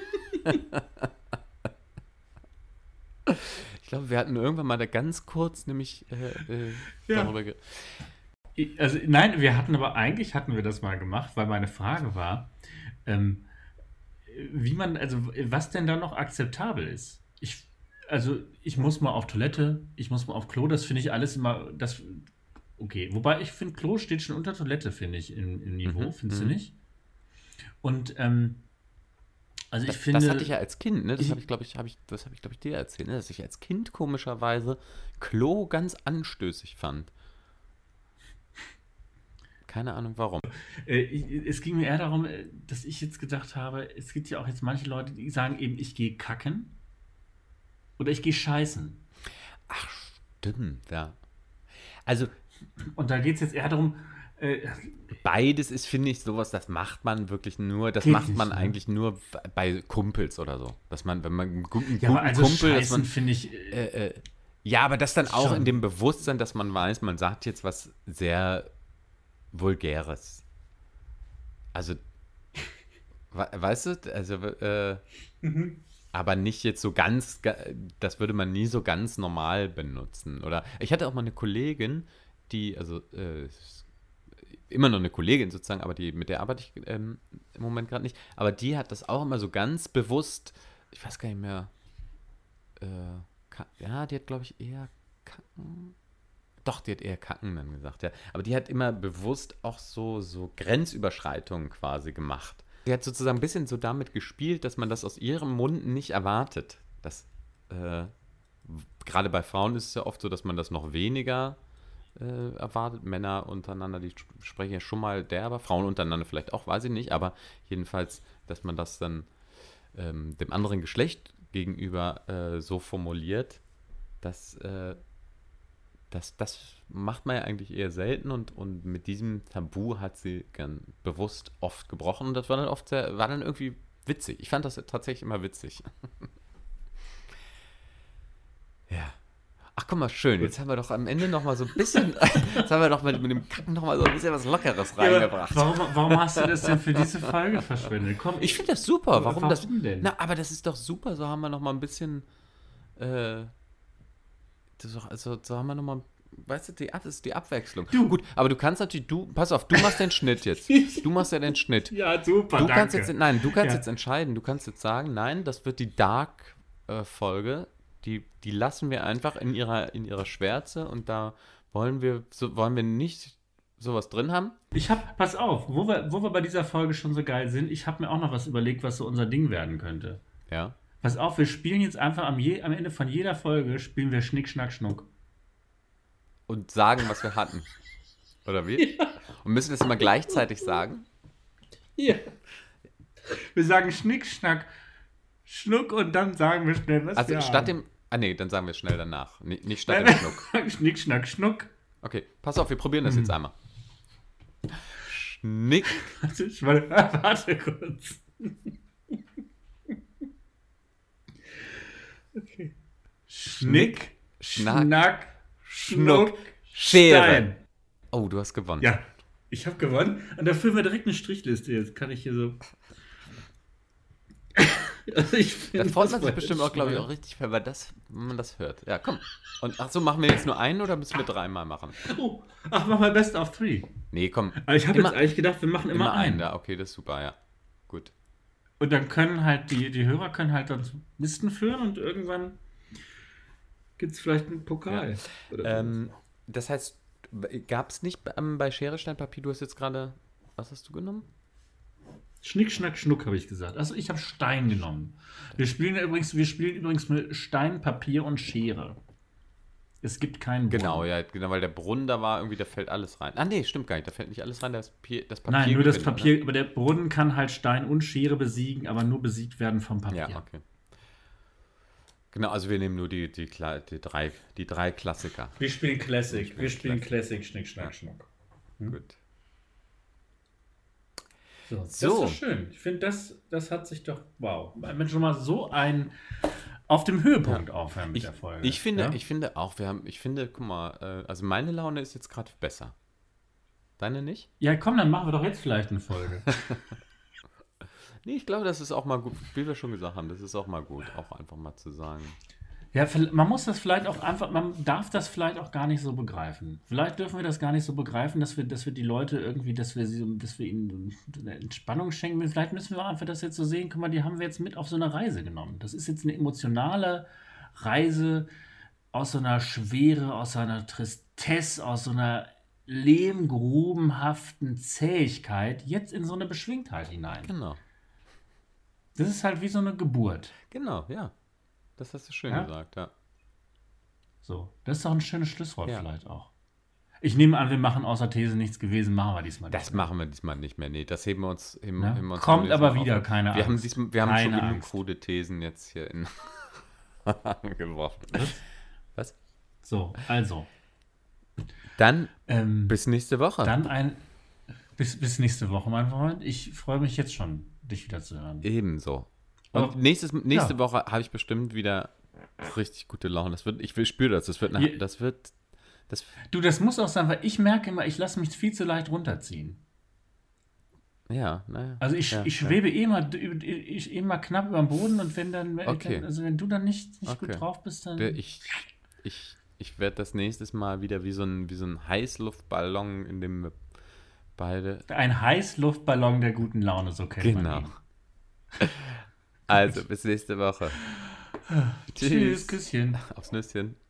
S2: Ich glaube, wir hatten irgendwann mal da ganz kurz nämlich äh, äh,
S1: Ja.
S2: darüber ge
S1: Ich- Also nein, wir hatten aber eigentlich hatten wir das mal gemacht, weil meine Frage war, ähm, wie man, also was denn da noch akzeptabel ist. Ich, also ich muss mal auf Toilette, ich muss mal auf Klo, das finde ich alles immer, das, okay. Wobei ich finde, Klo steht schon unter Toilette, finde ich, im, im Niveau,
S2: Mhm,
S1: findest
S2: mhm.
S1: du nicht? Und ähm, also ich
S2: Das,
S1: finde,
S2: das hatte ich ja als Kind, ne? Das
S1: ich-
S2: habe ich, glaube ich, habe ich, das habe ich, glaube ich, dir erzählt, ne? Dass ich als Kind komischerweise Klo ganz anstößig fand. Keine Ahnung warum.
S1: Äh, ich- es ging mir eher darum, äh, dass ich jetzt gedacht habe, es gibt ja auch jetzt manche Leute, die sagen eben, ich gehe kacken oder ich gehe scheißen.
S2: Ach, stimmt, ja. Also
S1: Und da geht es jetzt eher darum, äh,
S2: beides ist, finde ich, sowas, das macht man wirklich nur, das
S1: Geht
S2: macht
S1: nicht,
S2: man
S1: ne?
S2: eigentlich nur bei Kumpels oder so. Dass man, wenn man einen guten,
S1: ja, aber
S2: guten
S1: also
S2: Kumpel, dass
S1: scheißen
S2: man,
S1: finde ich, äh,
S2: äh, äh, ja, aber das dann auch
S1: Schon.
S2: in dem Bewusstsein, dass man weiß, man sagt jetzt was sehr Vulgäres. Also, we- weißt du, also, äh, aber nicht jetzt so ganz, ga- das würde man nie so ganz normal benutzen. Oder ich hatte auch mal eine Kollegin, die, also äh, ist immer noch eine Kollegin sozusagen, aber die, mit der arbeite ich ähm, im Moment gerade nicht, aber die hat das auch immer so ganz bewusst, ich weiß gar nicht mehr, äh, ka- ja, die hat, glaube ich, eher kacken. Doch, die hat eher kacken dann gesagt, ja. Aber die hat immer bewusst auch so, so Grenzüberschreitungen quasi gemacht. Sie hat sozusagen ein bisschen so damit gespielt, dass man das aus ihrem Mund nicht erwartet. Das, äh, w- gerade bei Frauen ist es ja oft so, dass man das noch weniger äh, erwartet. Männer untereinander, die sp- sprechen ja schon mal derber, Frauen untereinander vielleicht auch, weiß ich nicht, aber jedenfalls, dass man das dann ähm, dem anderen Geschlecht gegenüber äh, so formuliert, dass äh, das, das macht man ja eigentlich eher selten und, und mit diesem Tabu hat sie gern bewusst oft gebrochen und das war dann oft sehr, war dann irgendwie witzig. Ich fand das tatsächlich immer witzig. Ja. Ach, guck mal, schön. Jetzt haben wir doch am Ende noch mal so ein bisschen, jetzt haben wir doch mit, mit dem Kacken noch mal so ein bisschen was Lockeres
S1: ja, aber
S2: reingebracht.
S1: warum, warum hast du das denn für diese Folge verschwendet? Komm,
S2: Ich finde das super. Warum, das?
S1: Warum denn?
S2: Na, aber das ist doch super. So haben wir noch mal ein bisschen. Äh, das ist doch, also, so haben wir noch mal. Weißt du, die, Ab- das ist die Abwechslung.
S1: Du.
S2: Gut, aber du kannst natürlich. Du, pass auf, du machst den Schnitt jetzt. Du machst ja den Schnitt.
S1: ja, super,
S2: Du
S1: danke.
S2: kannst jetzt. Nein, du kannst
S1: Ja.
S2: jetzt entscheiden. Du kannst jetzt sagen, nein, das wird die Dark-Folge. Die, die lassen wir einfach in ihrer, in ihrer Schwärze und da wollen wir, so, wollen wir nicht sowas drin haben.
S1: Ich hab, pass auf, wo wir, wo wir bei dieser Folge schon so geil sind, ich habe mir auch noch was überlegt, was so unser Ding werden könnte.
S2: Ja.
S1: Pass auf, wir spielen jetzt einfach am, je, am Ende von jeder Folge, spielen wir Schnick, Schnack, Schnuck.
S2: Und sagen, was wir hatten. Oder wie? Und müssen wir es immer gleichzeitig sagen?
S1: Ja. Wir sagen Schnick, Schnack, Schnuck und dann sagen wir schnell, was
S2: Also
S1: wir
S2: statt
S1: haben.
S2: dem, Ah, nee, dann sagen wir schnell danach. Nicht, nicht statt dem Schnuck.
S1: Schnick, schnack, schnuck.
S2: Okay, pass auf, wir probieren das jetzt einmal. Schnick.
S1: Warte, warte kurz. Okay. Schnick,
S2: Schnack,
S1: Schnack,
S2: Schnuck,
S1: Schnuck,
S2: Schere.
S1: Stein.
S2: Oh, du hast gewonnen.
S1: Ja, ich habe gewonnen. Und da füllen wir direkt eine Strichliste. Jetzt kann ich hier so. Also ich
S2: Da
S1: find,
S2: freut
S1: das
S2: man sich
S1: war
S2: bestimmt
S1: jetzt
S2: auch, glaube ich,
S1: schwer.
S2: auch richtig, wenn man das, wenn man das hört. Ja, komm. Und ach so, machen wir jetzt nur einen oder müssen wir dreimal machen?
S1: Oh, ach, mach mal Best of Three.
S2: Nee, komm.
S1: Aber ich habe
S2: Immer-
S1: jetzt eigentlich gedacht, wir machen immer,
S2: Immer einen.
S1: einen.
S2: Ja, okay, das ist super, ja. Gut.
S1: Und dann können halt die, die Hörer können halt dann Listen führen und irgendwann gibt es vielleicht einen Pokal. Oder so.
S2: Ähm, das heißt, gab es nicht ähm, bei Schere, Stein, Papier, du hast jetzt gerade, was hast du genommen?
S1: Schnick, Schnack, Schnuck habe ich gesagt. Also ich habe Stein genommen. Wir spielen übrigens, wir spielen übrigens mit Stein, Papier und Schere. Es gibt keinen Brunnen.
S2: Genau, ja, genau, weil der Brunnen da war, irgendwie, da fällt alles rein. Ah, nee, stimmt gar nicht, da fällt nicht alles rein, das Papier, das Papier
S1: Nein, nur das
S2: gewinnt,
S1: Papier. Aber der Brunnen kann halt Stein und Schere besiegen, aber nur besiegt werden vom
S2: Ne?
S1: Papier.
S2: Ja, okay. Genau, also wir nehmen nur die, die, Kla- die, drei, die drei Klassiker.
S1: Wir spielen Classic.
S2: spielen
S1: Wir spielen Classic, Schnick, Schnack, Schnuck.
S2: Gut.
S1: So, das
S2: So.
S1: ist doch schön. Ich finde, das, das hat sich doch, wow. Wenn schon mal so ein auf dem Höhepunkt aufhören mit
S2: Ich,
S1: der Folge.
S2: ich, finde,
S1: ja?
S2: ich finde auch, wir haben, ich finde, guck mal, äh, also meine Laune ist jetzt gerade besser. Deine nicht?
S1: Ja, komm, dann machen wir doch jetzt vielleicht eine Folge.
S2: Nee, ich glaube, das ist auch mal gut, wie wir schon gesagt haben, das ist auch mal gut, auch einfach mal zu sagen.
S1: Ja, vi- man muss das vielleicht auch einfach, man darf das vielleicht auch gar nicht so begreifen. Vielleicht dürfen wir das gar nicht so begreifen, dass wir, dass wir die Leute irgendwie, dass wir sie, dass wir ihnen so eine Entspannung schenken. Vielleicht müssen wir einfach das jetzt so sehen, guck mal, die haben wir jetzt mit auf so eine Reise genommen. Das ist jetzt eine emotionale Reise aus so einer Schwere, aus so einer Tristesse, aus so einer lehmgrubenhaften Zähigkeit jetzt in so eine Beschwingtheit hinein.
S2: Genau,
S1: Das ist halt wie so eine Geburt.
S2: genau, ja. Das hast du schön
S1: Ja?
S2: gesagt, ja.
S1: So, das ist doch ein schönes Schlusswort
S2: Ja.
S1: vielleicht auch. Ich nehme an, wir machen außer These nichts gewesen, machen wir diesmal
S2: Das
S1: nicht.
S2: machen wir diesmal nicht mehr. Nee, das heben wir uns, heben,
S1: Ja?
S2: heben wir uns
S1: Kommt
S2: beim nächsten
S1: aber
S2: Mal
S1: wieder,
S2: auf.
S1: keine
S2: wir haben,
S1: Angst.
S2: diesmal, wir haben
S1: Keine
S2: schon genug
S1: Angst.
S2: krude Thesen jetzt hier in geworfen. Was?
S1: So, also.
S2: Dann
S1: Ähm,
S2: bis nächste Woche.
S1: dann ein. Bis, bis nächste Woche, mein Freund. Ich freue mich jetzt schon, dich wieder zu hören.
S2: Ebenso. Und
S1: Aber-
S2: nächstes, nächste
S1: ja.
S2: Woche habe ich bestimmt wieder richtig gute Laune. Das wird, ich will spüre das. Das wird,
S1: Je-
S2: das wird, das,
S1: Du, das muss auch sein, weil ich merke immer, ich lasse mich viel zu leicht runterziehen.
S2: ja, naja.
S1: Also ich,
S2: ja,
S1: ich
S2: ja.
S1: schwebe eh immer, ich, immer knapp über dem Boden und wenn dann, wenn,
S2: Okay.
S1: also wenn du dann nicht, nicht
S2: Okay.
S1: gut drauf bist, dann.
S2: Der- Ich, ich, ich werde das nächstes Mal wieder wie so ein, wie so ein Heißluftballon, in dem wir beide.
S1: Ein Heißluftballon der guten Laune, so kennt
S2: Genau.
S1: man ihn.
S2: Also, bis nächste Woche.
S1: Tschüss, Küsschen.
S2: Aufs Nüsschen.